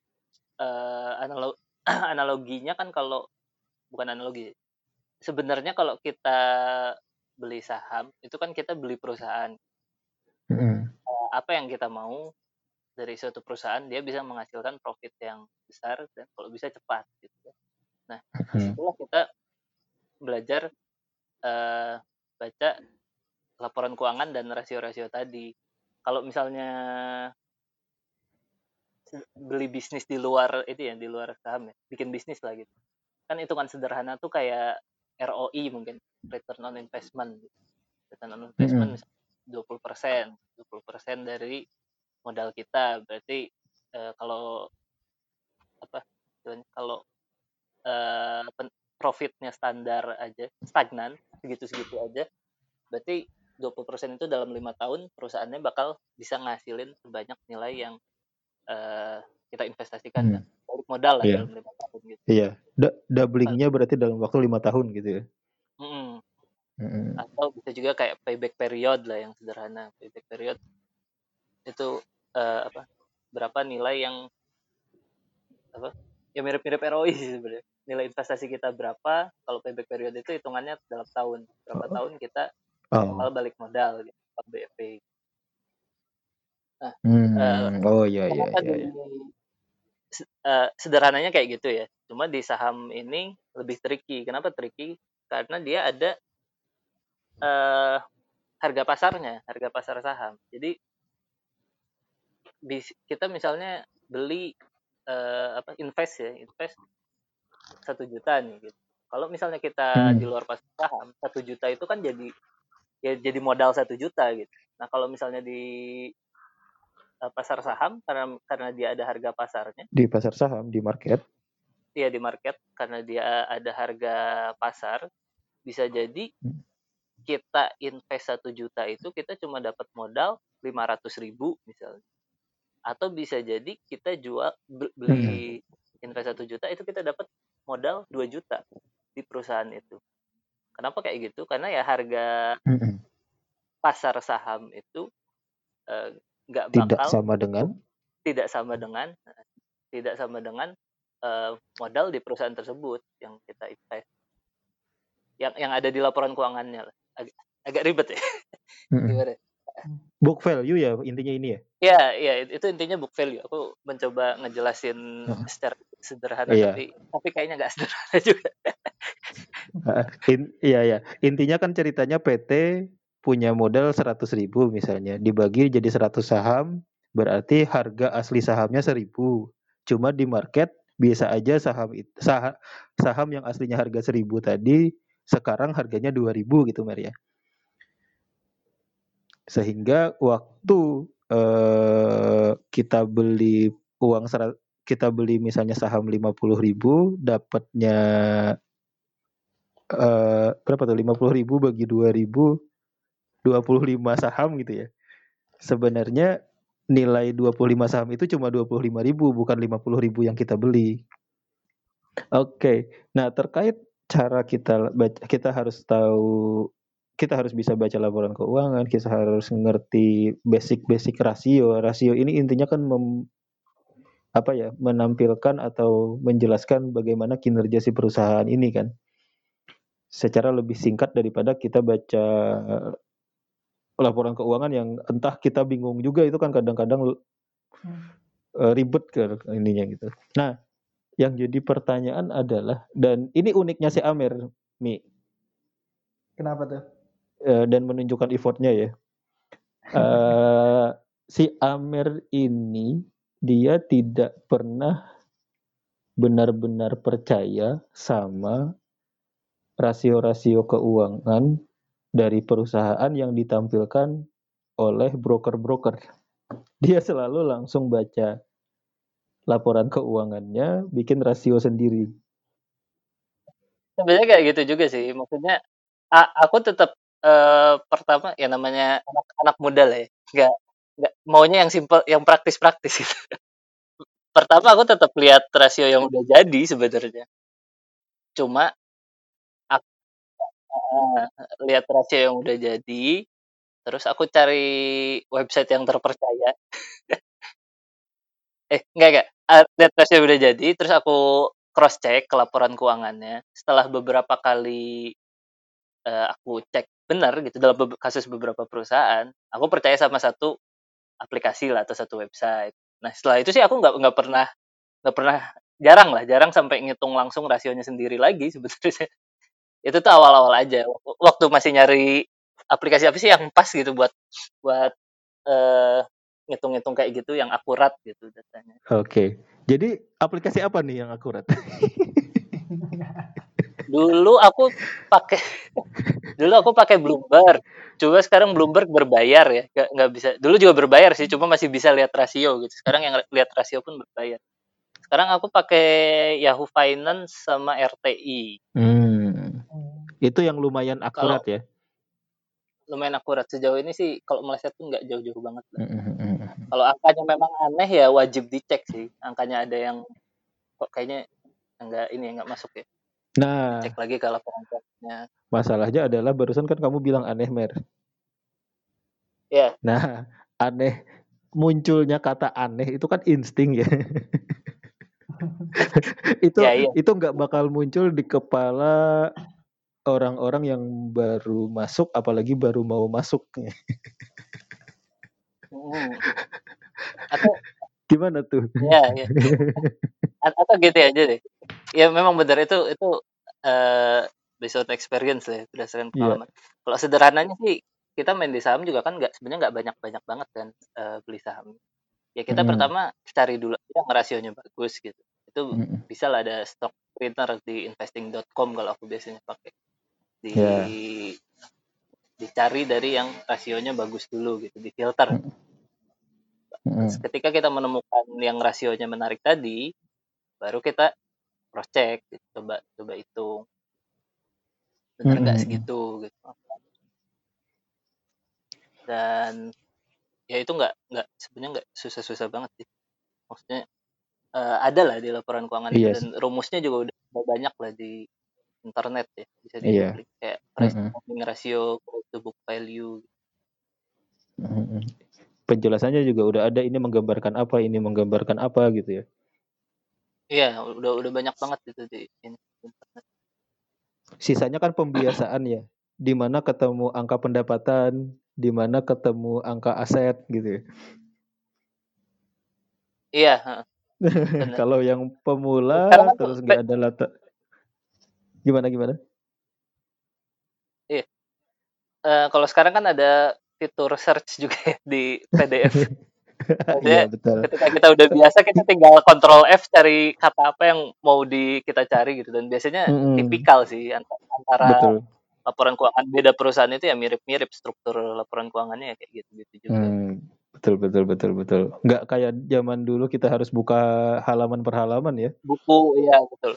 analoginya kan kalau bukan analogi, sebenarnya kalau kita beli saham itu kan kita beli perusahaan. Apa yang kita mau dari suatu perusahaan dia bisa menghasilkan profit yang besar dan kalau bisa cepat gitu. Nah, disitulah kita belajar baca laporan keuangan dan rasio-rasio tadi. Kalau misalnya beli bisnis di luar itu ya, di luar saham ya, bikin bisnis lah gitu. Kan hitungan sederhana tuh kayak ROI mungkin, return on investment. Return on investment misalnya 20% dari modal kita. Berarti kalau apa kalau profitnya standar aja, stagnan, segitu-segitu aja, berarti 20% itu dalam 5 tahun perusahaannya bakal bisa ngasilin sebanyak nilai yang kita investasikan kan. Balik modal lah dalam 5 tahun gitu. Iya, doublingnya berarti dalam waktu 5 tahun gitu ya. Atau bisa juga kayak payback period lah yang sederhana. Payback period itu berapa nilai yang ya mirip-mirip ROI sih sebenarnya. Nilai investasi kita berapa, kalau payback period itu hitungannya dalam tahun. Berapa tahun kita bakal balik modal gitu, BEP. Nah, Iya. sederhananya kayak gitu ya. Cuma di saham ini lebih tricky. Kenapa tricky? Karena dia ada harga pasarnya, harga pasar saham. Jadi kita misalnya beli invest 1 juta nih gitu. Kalau misalnya kita di luar pasar saham, 1 juta itu kan jadi modal 1 juta gitu. Nah, kalau misalnya di pasar saham karena dia ada harga pasarnya. Di pasar saham, di market. Iya, di market karena dia ada harga pasar, bisa jadi kita invest 1 juta itu kita cuma dapat modal 500.000 misalnya. Atau bisa jadi kita beli invest 1 juta itu kita dapat modal 2 juta di perusahaan itu. Kenapa kayak gitu? Karena ya harga pasar saham itu nggak bakal tidak sama dengan modal di perusahaan tersebut yang kita invest. Yang ada di laporan keuangannya lah. Agak ribet ya. Gimana? Book value ya intinya ini ya? Iya, itu intinya book value. Aku mencoba ngejelasin secara sederhana, tapi kayaknya nggak sederhana juga. Iya. Intinya kan ceritanya PT punya modal 100.000 misalnya, dibagi jadi 100 saham, berarti harga asli sahamnya 1.000. Cuma di market biasa aja saham yang aslinya harga 1.000 tadi sekarang harganya 2.000 gitu Maria. Sehingga waktu kita beli kita beli misalnya saham 50.000 dapatnya berapa tuh 50.000 bagi 2.000 25 saham gitu ya. Sebenarnya nilai 25 saham itu cuma 25.000 bukan 50.000 yang kita beli. Oke. Nah, terkait cara kita harus tahu, kita harus bisa baca laporan keuangan, kita harus ngerti basic rasio. Rasio ini intinya kan menampilkan atau menjelaskan bagaimana kinerja si perusahaan ini kan. Secara lebih singkat daripada kita baca laporan keuangan yang entah kita bingung juga, itu kan kadang-kadang ribet ke ininya gitu. Nah, yang jadi pertanyaan adalah, dan ini uniknya si Amer, Mi. Kenapa tuh? Dan menunjukkan effortnya ya. Si Amer ini dia tidak pernah benar-benar percaya sama rasio-rasio keuangan dari perusahaan yang ditampilkan oleh broker-broker. Dia selalu langsung baca laporan keuangannya, bikin rasio sendiri. Sebenarnya kayak gitu juga sih. Maksudnya aku tetap pertama ya namanya anak muda lah ya. Nggak maunya yang simple, yang praktis-praktis gitu. Pertama aku tetap lihat rasio yang udah jadi sebenarnya. Cuma lihat rasio yang udah jadi, terus aku cari website yang terpercaya. Enggak. Lihat rasio udah jadi, terus aku cross check ke laporan keuangannya. Setelah beberapa kali aku cek benar gitu dalam kasus beberapa perusahaan, aku percaya sama satu aplikasi lah atau satu website. Nah setelah itu sih aku nggak pernah jarang sampai ngitung langsung rasionya sendiri lagi sebetulnya. Itu tuh awal-awal aja waktu masih nyari aplikasi apa sih yang pas gitu buat eh, ngitung-ngitung kayak gitu yang akurat gitu datanya. Oke. Jadi aplikasi apa nih yang akurat? Dulu aku pakai Bloomberg. Coba sekarang Bloomberg berbayar ya, nggak bisa. Dulu juga berbayar sih, cuma masih bisa lihat rasio gitu. Sekarang yang lihat rasio pun berbayar. Sekarang aku pakai Yahoo Finance sama RTI. Itu yang lumayan akurat Kalau ya. lumayan akurat sejauh ini sih, kalau meleset tuh nggak jauh-jauh banget lah. Kalau angkanya memang aneh ya wajib dicek sih. Angkanya ada yang kok kayaknya nggak masuk ya. Nah, Dicek lagi ke laporan keuangannya. masalahnya adalah barusan kan kamu bilang aneh, Mer. Ya. Nah, aneh, munculnya kata aneh itu kan insting ya. Itu nggak bakal muncul di kepala orang-orang yang baru masuk, apalagi baru mau masuk. Atau gimana tuh? Ya. Atau gitu aja deh. Ya memang benar itu based on experience lah, berdasarkan pengalaman. Kalau sederhananya sih kita main di saham juga kan sebenarnya nggak banyak banget kan beli saham. Ya kita pertama cari dulu yang rasionya bagus gitu. Itu bisa lah ada stock screener di investing.com kalau aku biasanya pakai. Dicari dari yang rasionya bagus dulu gitu, difilter. Terus ketika kita menemukan yang rasionya menarik tadi, baru kita cross check gitu, coba hitung benar nggak segitu gitu. Dan ya itu nggak sebenarnya nggak susah-susah banget sih, maksudnya ada lah di laporan keuangan itu, dan rumusnya juga udah banyak lah di internet ya, bisa di googling kayak price to earning ratio, price to book value. Penjelasannya juga udah ada, ini menggambarkan apa gitu ya. Iya, udah banyak banget itu di internet. Sisanya kan pembiasaan ya, di mana ketemu angka pendapatan, di mana ketemu angka aset gitu ya. Iya. Kalau yang pemula kan terus nggak ada latar. Gimana? Iya. Kalau sekarang kan ada fitur search juga ya di PDF. Iya betul. Ketika kita udah biasa, kita tinggal Ctrl F cari kata apa yang mau kita cari gitu, dan biasanya tipikal sih antara betul. Laporan keuangan beda perusahaan itu ya mirip-mirip struktur laporan keuangannya ya kayak gitu juga. Betul. Nggak kayak zaman dulu kita harus buka halaman per halaman ya. Buku, ya betul.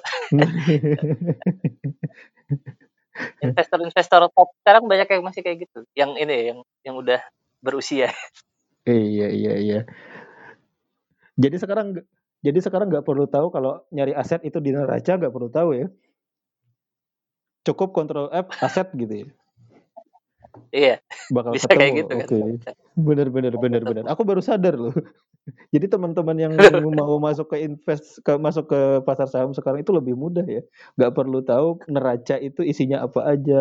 Investor top sekarang banyak yang masih kayak gitu. Yang ini yang udah berusia. Iya. Jadi sekarang nggak perlu tahu kalau nyari aset itu di neraca, nggak perlu tahu ya. Cukup Ctrl F aset gitu ya. Iya, Bakal bisa kayak ketemu. gitu kan. Oke. Bener. Aku baru sadar loh. Jadi teman-teman yang mau masuk ke masuk ke pasar saham sekarang itu lebih mudah ya. Nggak perlu tahu neraca itu isinya apa aja.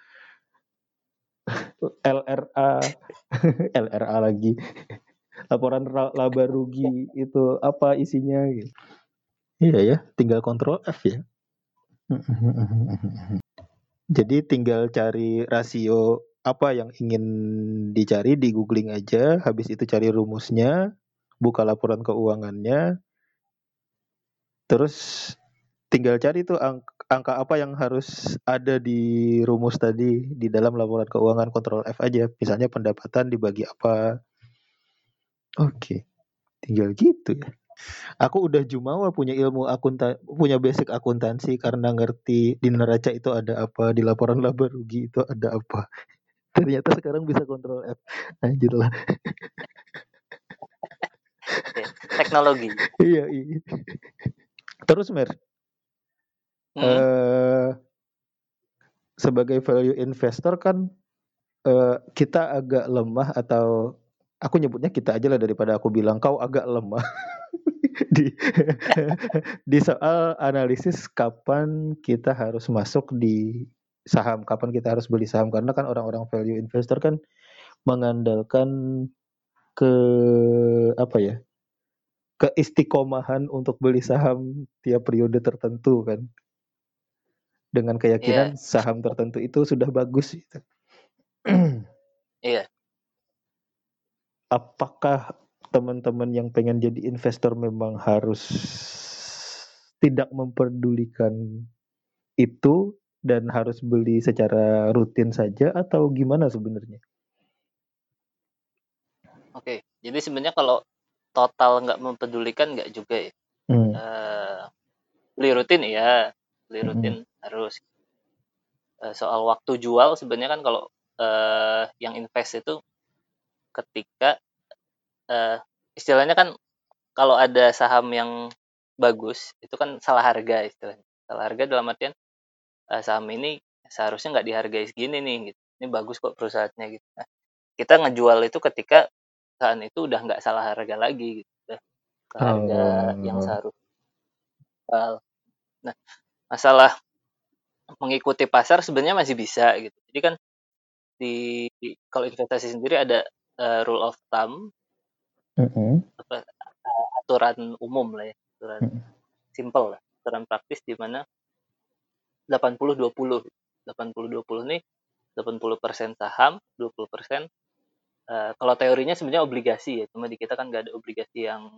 LRA, LRA lagi. Laporan laba rugi itu apa isinya gitu. Iya ya, tinggal Ctrl F ya. Jadi tinggal cari rasio apa yang ingin dicari di googling aja, habis itu cari rumusnya, buka laporan keuangannya, terus tinggal cari tuh angka apa yang harus ada di rumus tadi di dalam laporan keuangan, Ctrl F aja. Misalnya pendapatan dibagi apa. Oke, tinggal gitu ya. Aku udah jumawa punya punya basic akuntansi karena ngerti di neraca itu ada apa, di laporan laba rugi itu ada apa. Ternyata sekarang bisa Ctrl F. Anjir lah. Teknologi. Iya. Terus Mer, sebagai value investor kan kita agak lemah, atau aku nyebutnya kita aja lah daripada aku bilang kau agak lemah di di soal analisis kapan kita harus masuk di saham, kapan kita harus beli saham, karena kan orang-orang value investor kan mengandalkan ke apa ya, keistiqomahan untuk beli saham tiap periode tertentu kan, dengan keyakinan saham tertentu itu sudah bagus gitu. Iya. Apakah teman-teman yang pengen jadi investor memang harus tidak memperdulikan itu dan harus beli secara rutin saja, atau gimana sebenarnya? Oke, jadi sebenarnya kalau total nggak mempedulikan nggak juga ya. Beli rutin ya, beli rutin harus. Soal waktu jual sebenarnya kan kalau yang invest itu ketika istilahnya kan kalau ada saham yang bagus itu kan salah harga istilahnya. Salah harga dalam artian saham ini seharusnya nggak dihargai segini nih gitu. Ini bagus kok perusahaannya gitu. Nah, kita ngejual itu ketika perusahaan itu udah nggak salah harga lagi gitu. Udah ke harga yang seharusnya. Nah, masalah mengikuti pasar sebenarnya masih bisa gitu. Jadi kan kalau investasi sendiri ada rule of thumb, aturan umum lah ya, aturan simple lah, aturan praktis di mana 80-20. 80-20 nih 80% saham, 20% kalau teorinya sebenarnya obligasi ya, cuma di kita kan nggak ada obligasi yang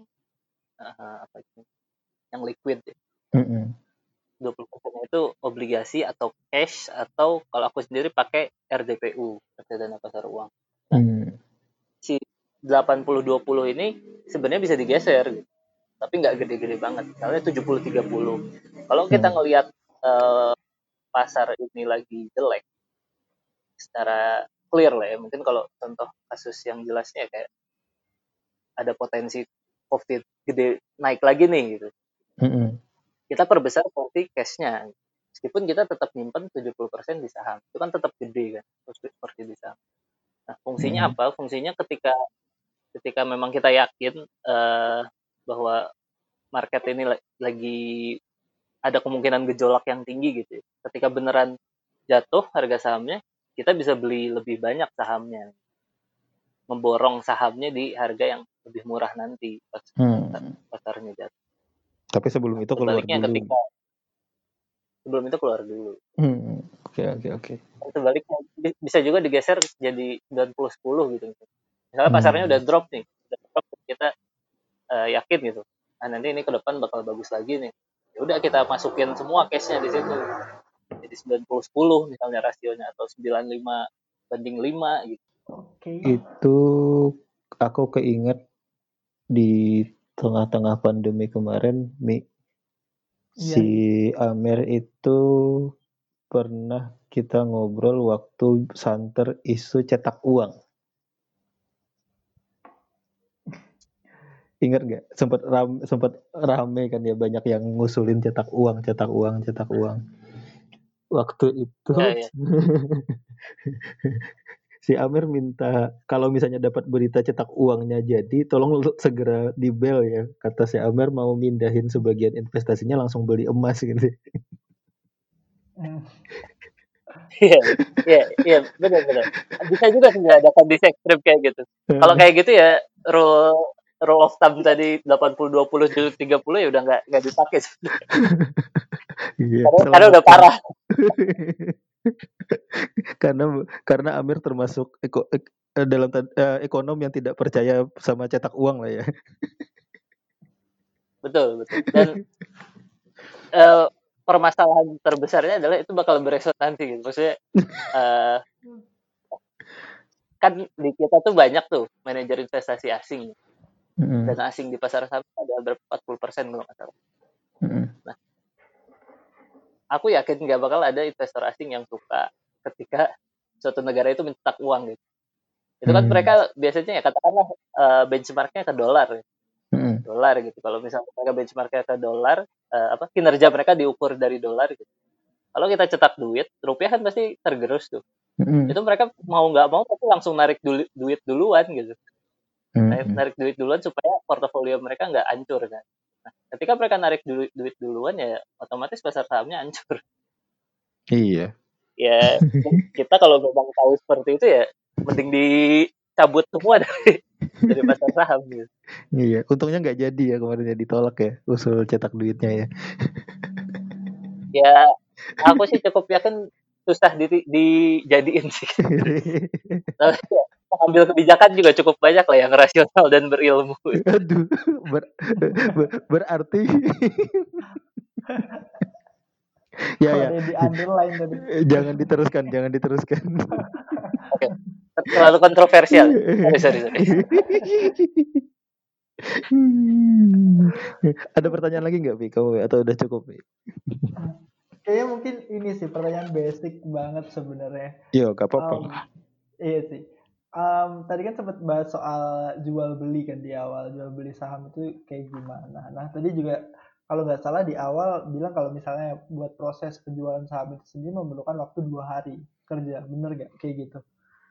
yang liquid ya. 20% itu obligasi atau cash, atau kalau aku sendiri pakai RDPU, reksadana pasar uang. Nah, si 80-20 ini sebenarnya bisa digeser gitu. Tapi nggak gede-gede banget. Misalnya 70-30. Kalau kita ngelihat pasar ini lagi jelek secara clear lah ya, mungkin kalau contoh kasus yang jelasnya kayak ada potensi COVID gede naik lagi nih gitu. Kita perbesar porsi cash-nya. Meskipun kita tetap nyimpen 70% di saham. Itu kan tetap gede kan, porsi di saham. Nah, fungsinya apa? Fungsinya ketika memang kita yakin bahwa market ini lagi ada kemungkinan gejolak yang tinggi gitu. Ketika beneran jatuh harga sahamnya, kita bisa beli lebih banyak sahamnya. Memborong sahamnya di harga yang lebih murah nanti pas pasarnya jatuh. Tapi sebelum itu keluar dulu. Sebelum itu keluar dulu. Oke. Sebaliknya bisa juga digeser jadi 90-10 gitu. Misalnya pasarnya udah drop nih, kita yakin gitu. Nah, nanti ini ke depan bakal bagus lagi nih. Ya udah kita masukin semua case-nya di situ. Jadi 90-10 misalnya rasionya, atau 95-5 gitu. Itu aku keinget di tengah-tengah pandemi kemarin, si Amer itu pernah kita ngobrol waktu santer isu cetak uang. Ingat nggak? Sempat rame kan ya, banyak yang ngusulin cetak uang, cetak uang, cetak uang. Waktu itu Ya, ya. si Amir minta kalau misalnya dapat berita cetak uangnya jadi, tolong segera di bel ya. Kata si Amir mau mindahin sebagian investasinya langsung beli emas gitu. Hmm. Iya, iya, iya, benar-benar. Bisa juga sih ada kondisi ekstrim kayak gitu. Kalau kayak gitu ya rule rule of thumb tadi 80 20 30 ya udah nggak dipakai sebenarnya. Iya, Karena udah selamatkan. parah. karena Amir termasuk ekonom yang tidak percaya sama cetak uang lah ya. Betul, betul. Dan eh, permasalahan terbesarnya adalah itu bakal beresonansi gitu. Maksudnya eh, kan di kita tuh banyak tuh manajer investasi asing. Mm-mm. Dana asing di pasar saham ada berapa 40% kalau nggak salah. Mm-mm. Nah, aku yakin nggak bakal ada investor asing yang suka ketika suatu negara itu mencetak uang gitu. Itu kan Mm. mereka biasanya ya katakanlah benchmarknya ke dolar, ya. Mm-mm. Dolar gitu. Kalau misalnya mereka benchmarknya ke dolar, kinerja mereka diukur dari dolar gitu. Kalau kita cetak duit, rupiah kan pasti tergerus tuh. Mm-mm. Itu mereka mau nggak mau pasti langsung narik duit duluan gitu. Mm-mm. Narik duit duluan supaya portofolio mereka nggak hancur kan. Nah, ketika mereka narik duit duluan ya otomatis pasar sahamnya hancur. Iya. Ya kita kalau memang tahu seperti itu ya mending dicabut semua dari pasar saham gitu. Iya, untungnya nggak jadi ya kemarin ya, ditolak ya usul cetak duitnya ya. Ya aku sih cukup yakin susah dijadiin sih. Tapi ya, mengambil kebijakan juga cukup banyak lah yang rasional dan berilmu. Aduh, berarti ya Oh, ya, ada yang di underline tadi. jangan diteruskan. Oke, terlalu kontroversial. Sorry. Ada pertanyaan lagi nggak, Pi? Kamu atau udah cukup, Pi? Kayaknya mungkin ini sih pertanyaan basic banget sebenarnya. Yo, gak apa-apa. Iya sih. Tadi kan sempat bahas soal jual beli kan di awal, jual beli saham itu kayak gimana. Nah, tadi juga kalau nggak salah di awal bilang kalau misalnya buat proses penjualan saham itu sendiri memerlukan waktu 2 hari kerja, bener nggak kayak gitu?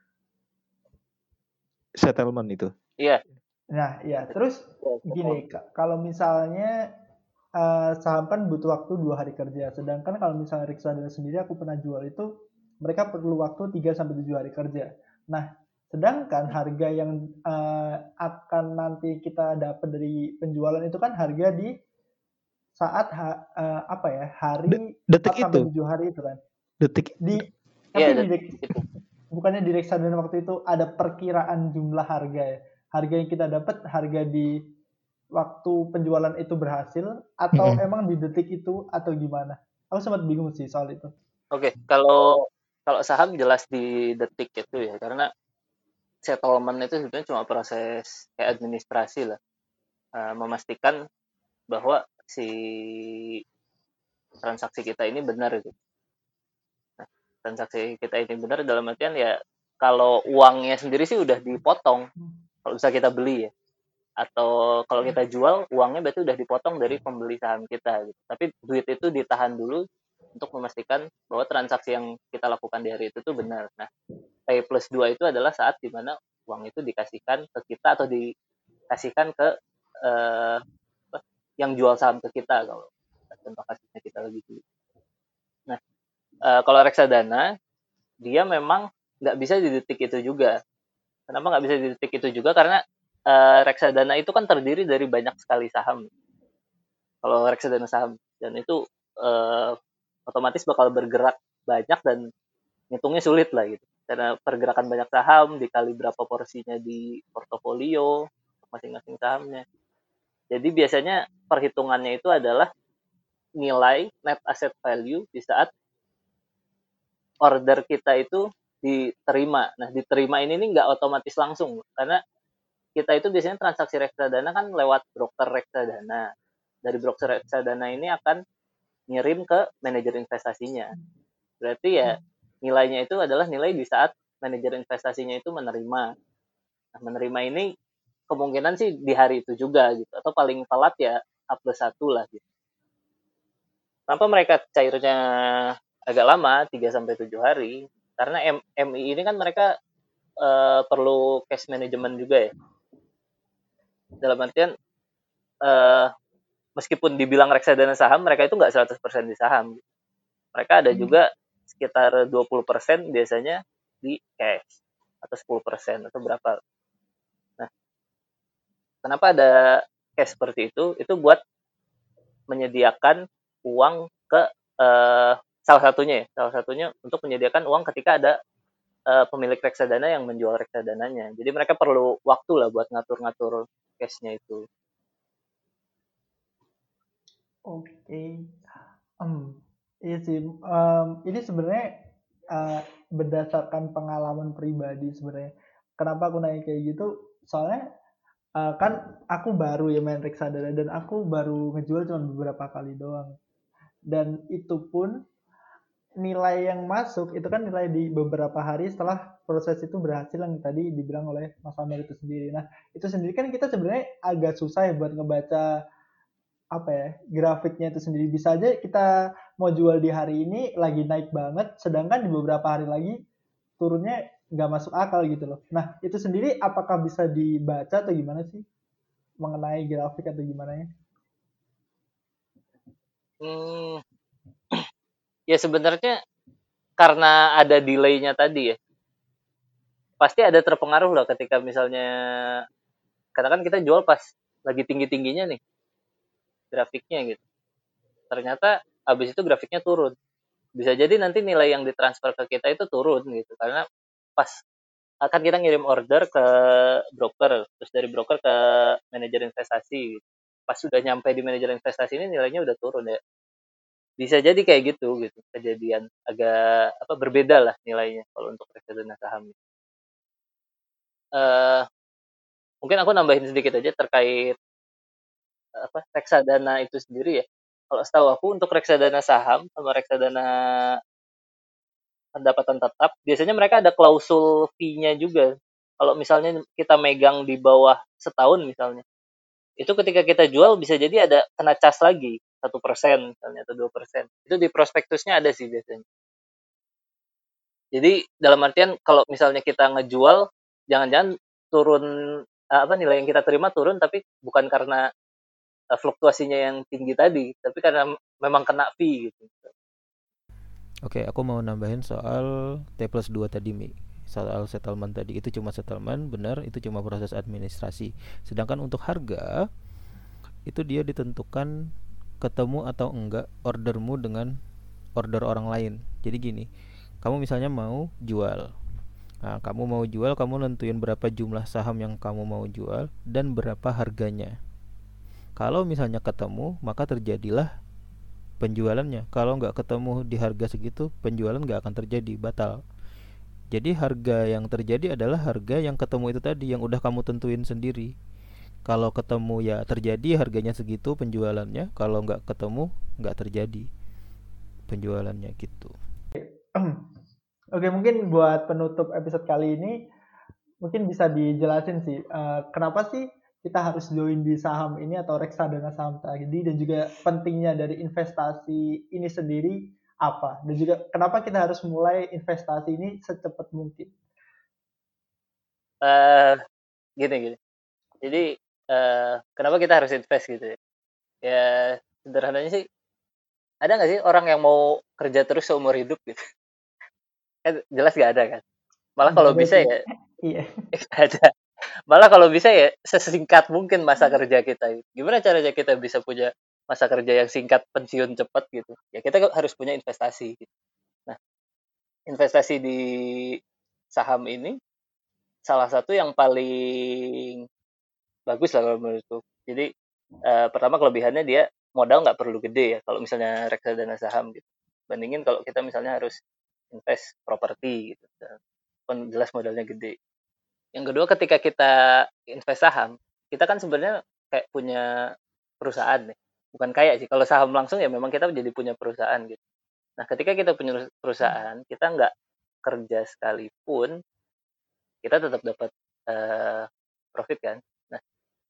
Settlement itu. Iya. Nah, ya terus gini, kalau misalnya saham kan butuh waktu 2 hari kerja, sedangkan kalau misalnya reksadana sendiri aku pernah jual itu mereka perlu waktu 3 sampai 7 hari kerja. Nah, sedangkan harga yang akan nanti kita dapat dari penjualan itu kan harga di saat apa ya, hari 4 Detik sampai itu. 7 hari itu kan. Detik. Iya, Tapi itu. bukannya di reksadana waktu itu ada perkiraan jumlah harga ya. Harga yang kita dapat harga di waktu penjualan itu berhasil atau emang di detik itu atau gimana? Aku sempat bingung sih soal itu. Oke, kalau kalau saham jelas di detik itu ya, karena settlement itu sebenarnya cuma proses kayak administrasi lah. Memastikan bahwa si transaksi kita ini benar gitu. Nah, transaksi kita ini benar dalam artian ya kalau uangnya sendiri sih udah dipotong kalau bisa kita beli ya. Atau kalau kita jual uangnya berarti udah dipotong dari pembeli saham kita gitu. Tapi duit itu ditahan dulu untuk memastikan bahwa transaksi yang kita lakukan di hari itu tuh benar. Nah, T+2 itu adalah saat dimana uang itu dikasihkan ke kita atau dikasihkan ke eh, yang jual saham ke kita kalau contoh kasusnya kita lagi dulu. Nah, kalau reksadana dia memang nggak bisa di detik itu juga. Kenapa nggak bisa di detik itu juga? Karena reksadana itu kan terdiri dari banyak sekali saham. Kalau reksadana saham dan itu uh, otomatis bakal bergerak banyak dan ngitungnya sulit lah gitu. Karena pergerakan banyak saham dikali berapa porsinya di portofolio masing-masing sahamnya. Jadi biasanya perhitungannya itu adalah nilai net asset value di saat order kita itu diterima. Nah, diterima ini nih nggak otomatis langsung karena kita itu biasanya transaksi reksadana kan lewat broker reksadana. Dari broker reksadana ini akan ngirim ke manajer investasinya. Berarti ya nilainya itu adalah nilai di saat manajer investasinya itu menerima. Nah, menerima ini kemungkinan sih di hari itu juga gitu, atau paling telat ya H+1 lah gitu. Kenapa mereka cairnya agak lama 3-7 hari? Karena MI ini kan mereka perlu cash management juga ya. Dalam artian meskipun dibilang reksadana saham, mereka itu nggak 100% di saham. Mereka ada juga sekitar 20% biasanya di cash atau 10% atau berapa. Nah, kenapa ada cash seperti itu? Itu buat menyediakan uang ke salah satunya untuk menyediakan uang ketika ada pemilik reksadana yang menjual reksadananya. Jadi mereka perlu waktu lah buat ngatur-ngatur cashnya itu. Oke. Iya sih. Ini sebenarnya berdasarkan pengalaman pribadi sebenarnya. Kenapa aku nanya kayak gitu? Soalnya kan aku baru ya main reksadana dan aku baru ngejual cuma beberapa kali doang. Dan itu pun nilai yang masuk itu kan nilai di beberapa hari setelah proses itu berhasil yang tadi dibilang oleh Mas Amir itu sendiri. Nah, itu sendiri kan kita sebenarnya agak susah ya buat ngebaca apa ya grafiknya itu sendiri. Bisa aja kita mau jual di hari ini lagi naik banget, sedangkan di beberapa hari lagi turunnya nggak masuk akal gitu loh. Nah, itu sendiri apakah bisa dibaca atau gimana sih mengenai grafik atau gimana ya? Hmm, ya sebenarnya karena ada delay-nya tadi ya, pasti ada terpengaruh lah ketika misalnya, karena kan kita jual pas lagi tinggi-tingginya nih grafiknya gitu. Ternyata habis itu grafiknya turun. Bisa jadi nanti nilai yang ditransfer ke kita itu turun gitu, karena pas akan kita ngirim order ke broker, terus dari broker ke manajer investasi gitu. Pas sudah nyampe di manajer investasi ini nilainya udah turun ya. Bisa jadi kayak gitu kejadian agak apa berbeda lah nilainya kalau untuk reksadana saham. Eh Mungkin aku nambahin sedikit aja terkait apa reksadana itu sendiri ya. Kalau setahu aku untuk reksadana saham sama reksadana pendapatan tetap, biasanya mereka ada klausul fee-nya juga. Kalau misalnya kita megang di bawah setahun misalnya, itu ketika kita jual bisa jadi ada kena cas lagi 1% misalnya atau 2%. Itu di prospektusnya ada sih biasanya. Jadi dalam artian kalau misalnya kita ngejual, jangan-jangan turun apa nilai yang kita terima turun, tapi bukan karena fluktuasinya yang tinggi tadi, tapi karena memang kena fee gitu. Oke, aku mau nambahin soal T+2 tadi, Mi. Soal settlement tadi, itu cuma settlement, benar, itu cuma proses administrasi. Sedangkan untuk harga, itu dia ditentukan ketemu atau enggak ordermu dengan order orang lain. Jadi gini, kamu misalnya mau jual. Nah, kamu mau jual, kamu nentuin berapa jumlah saham yang kamu mau jual dan berapa harganya. Kalau misalnya ketemu, maka terjadilah penjualannya. Kalau nggak ketemu di harga segitu, penjualan nggak akan terjadi, batal. Jadi harga yang terjadi adalah harga yang ketemu itu tadi, yang udah kamu tentuin sendiri. Kalau ketemu ya terjadi harganya segitu penjualannya, kalau nggak ketemu nggak terjadi penjualannya gitu. Oke, mungkin buat penutup episode kali ini mungkin bisa dijelasin sih kenapa sih kita harus join di saham ini atau reksadana saham tadi, dan juga pentingnya dari investasi ini sendiri apa, dan juga kenapa kita harus mulai investasi ini secepat mungkin. Eh Gini. Jadi kenapa kita harus invest gitu ya? Ya sederhananya sih, ada nggak sih orang yang mau kerja terus seumur hidup gitu? Kan jelas nggak ada kan. Malah Nggak kalau ada bisa sih. ya Iya. nggak ada. Malah kalau bisa ya sesingkat mungkin masa kerja kita. Gimana caranya kita bisa punya masa kerja yang singkat, pensiun cepat gitu? Ya kita harus punya investasi. Gitu. Nah, investasi di saham ini salah satu yang paling bagus lah kalau menurutku. Jadi pertama kelebihannya dia modal nggak perlu gede ya kalau misalnya reksadana saham gitu. Bandingin kalau kita misalnya harus invest properti gitu. Kan jelas modalnya gede. Yang kedua ketika kita invest saham, kita kan sebenarnya kayak punya perusahaan nih. Bukan kayak sih, kalau saham langsung ya memang kita jadi punya perusahaan gitu. Nah, ketika kita punya perusahaan, kita nggak kerja sekalipun, kita tetap dapat profit kan. Nah,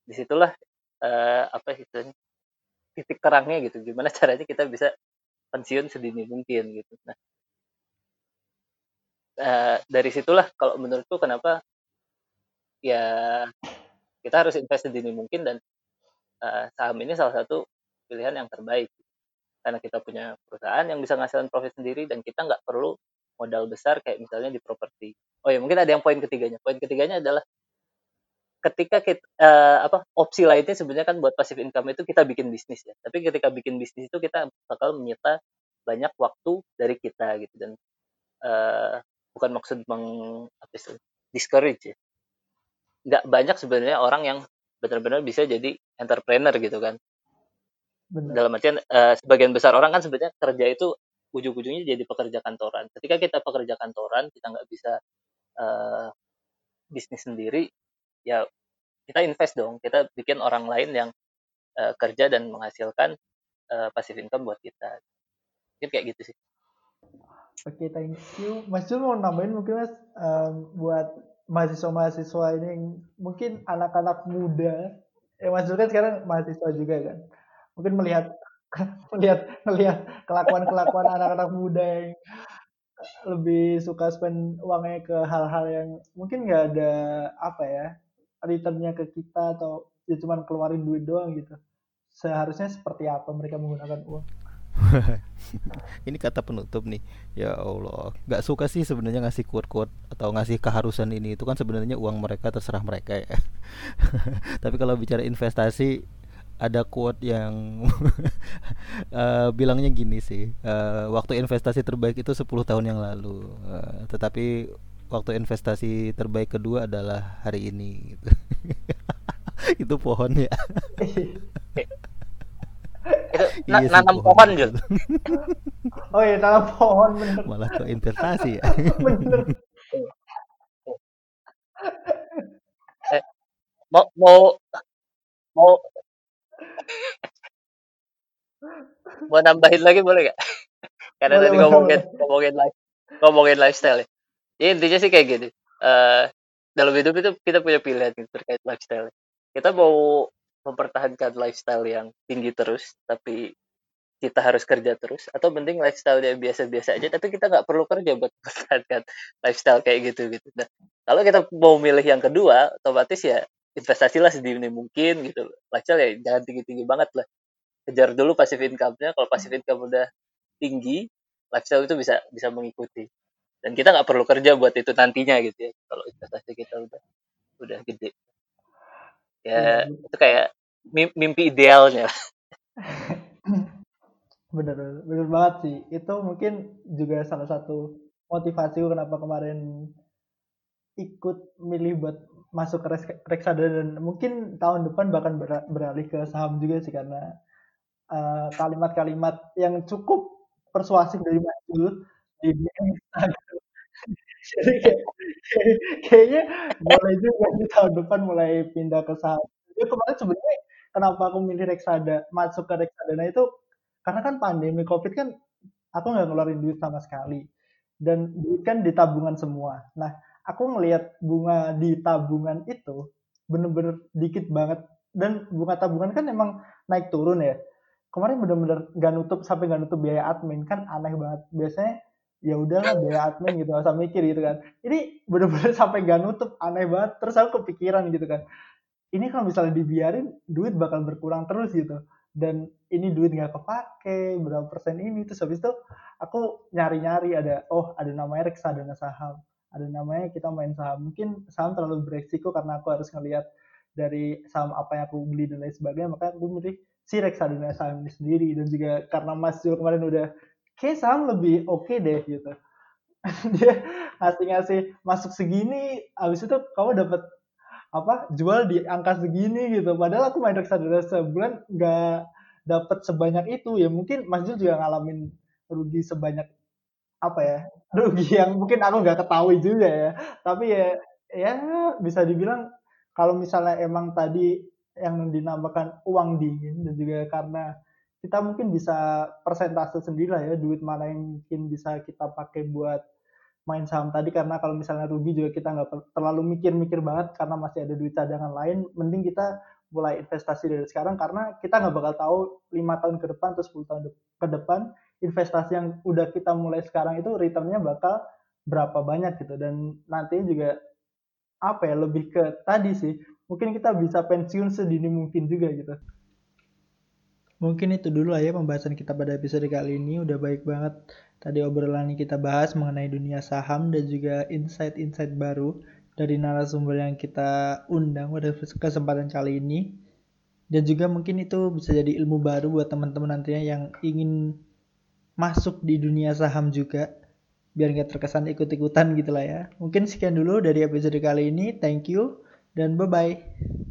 disitulah apa itu titik terangnya gitu, gimana caranya kita bisa pensiun sedini mungkin gitu. Nah, dari situlah kalau menurutku kenapa ya kita harus invest sedini mungkin, dan saham ini salah satu pilihan yang terbaik karena kita punya perusahaan yang bisa menghasilkan profit sendiri dan kita nggak perlu modal besar kayak misalnya di properti. Oh ya, mungkin ada yang poin ketiganya. Poin ketiganya adalah ketika kita opsi lainnya sebenarnya kan buat passive income itu kita bikin bisnis ya. Tapi ketika bikin bisnis itu kita bakal menyita banyak waktu dari kita gitu, dan bukan maksud discourage ya. Nggak banyak sebenarnya orang yang benar-benar bisa jadi entrepreneur gitu kan. Benar. Dalam artian sebagian besar orang kan sebenarnya kerja itu ujung-ujungnya jadi pekerja kantoran. Ketika kita pekerja kantoran, kita nggak bisa bisnis sendiri, ya kita invest dong. Kita bikin orang lain yang kerja dan menghasilkan passive income buat kita. Mungkin kayak gitu sih. Oke, thank you. Mas Jul mau nambahin mungkin Mas buat mahasiswa-mahasiswa ini yang mungkin anak-anak muda. Mas Jul kan sekarang mahasiswa juga kan. Mungkin melihat kelakuan-kelakuan anak-anak muda yang lebih suka spend uangnya ke hal-hal yang mungkin nggak ada apa ya returnnya ke kita, atau ya cuman keluarin duit doang gitu. Seharusnya seperti apa mereka menggunakan uang? Ini kata penutup nih. Ya Allah, nggak suka sih sebenarnya ngasih quote-quote atau ngasih keharusan ini. Itu kan sebenarnya uang mereka, terserah mereka ya. Tapi kalau bicara investasi, ada quote yang bilangnya gini sih. Waktu investasi terbaik itu 10 tahun yang lalu. Tetapi waktu investasi terbaik kedua adalah hari ini gitu. Itu pohon ya. Itu Iya sih, nanam pohon Jul. Oh iya, tanam pohon bener. Malah ke investasi ya. Bener. Mau mau mau mau nambahin lagi boleh nggak? Karena Boleh, tadi boleh. ngomongin lifestyle ya. Jadi intinya sih kayak gini. Dalam hidup itu kita punya pilihan gitu, terkait lifestyle. Kita mau mempertahankan lifestyle yang tinggi terus, tapi kita harus kerja terus, atau penting lifestyle yang biasa-biasa aja, tapi kita nggak perlu kerja buat mempertahankan lifestyle kayak gitu gitu. Nah, kalau kita mau milih yang kedua, otomatis ya investasilah sedini mungkin gitu. Lifestyle ya jangan tinggi-tinggi banget lah. Kejar dulu passive income-nya. Kalau passive income udah tinggi, lifestyle itu bisa bisa mengikuti. Dan kita nggak perlu kerja buat itu nantinya gitu ya. Kalau investasi kita udah gede, Iya, ya itu kayak mimpi idealnya. bener banget sih. Itu mungkin juga salah satu motivasiku kenapa kemarin ikut milih buat masuk ke reksadana, dan mungkin tahun depan bahkan beralih ke saham juga sih, karena kalimat-kalimat yang cukup persuasif dari Mas Jul di Instagram. Jadi kayaknya boleh juga di tahun depan mulai pindah ke saham. Jadi kemarin sebenarnya kenapa aku milih masuk ke reksadana itu karena kan pandemi COVID kan aku nggak ngeluarin duit sama sekali, dan duit kan di tabungan semua. Nah, aku ngelihat bunga di tabungan itu bener-bener dikit banget, dan bunga tabungan kan emang naik turun ya. Kemarin bener-bener nggak nutup, sampai nggak nutup biaya admin, kan aneh banget. Biasanya ya udahlah biaya admin gitu, nggak usah mikir gitu kan. Ini bener-bener sampai nggak nutup, aneh banget. Terus aku kepikiran gitu kan, ini kalau misalnya dibiarin duit bakal berkurang terus gitu, dan ini duit nggak kepake berapa persen ini. Terus habis itu aku nyari-nyari, ada namanya reksadana saham, ada namanya kita main saham. Mungkin saham terlalu beresiko karena aku harus ngelihat dari saham apa yang aku beli dan lain sebagainya, maka aku milih si reksadana saham ini sendiri. Dan juga karena Mas Jul kemarin udah kayak saham lebih oke deh gitu, dia ngasih masuk segini, habis itu kamu dapat jual di angka segini gitu. Padahal aku main reksadana sebulan nggak dapat sebanyak itu. Ya mungkin Mas Jul juga ngalamin rugi sebanyak rugi yang mungkin aku nggak ketahui juga ya. Tapi ya bisa dibilang kalau misalnya emang tadi yang dinamakan uang dingin, dan juga karena kita mungkin bisa persentase sendiri lah ya, duit mana yang mungkin bisa kita pakai buat main saham tadi, karena kalau misalnya rugi juga kita nggak terlalu mikir-mikir banget karena masih ada duit cadangan lain. Mending kita mulai investasi dari sekarang, karena kita nggak bakal tahu 5 tahun ke depan atau 10 tahun ke depan investasi yang udah kita mulai sekarang itu returnnya bakal berapa banyak gitu. Dan nantinya juga apa ya, lebih ke tadi sih, mungkin kita bisa pensiun sedini mungkin juga gitu. Mungkin itu dulu lah ya pembahasan kita pada episode kali ini. Udah baik banget tadi obrolan yang kita bahas mengenai dunia saham dan juga insight-insight baru dari narasumber yang kita undang pada kesempatan kali ini. Dan juga mungkin itu bisa jadi ilmu baru buat teman-teman nantinya yang ingin masuk di dunia saham juga, biar nggak terkesan ikut-ikutan gitu lah ya. Mungkin sekian dulu dari episode kali ini. Thank you dan bye-bye.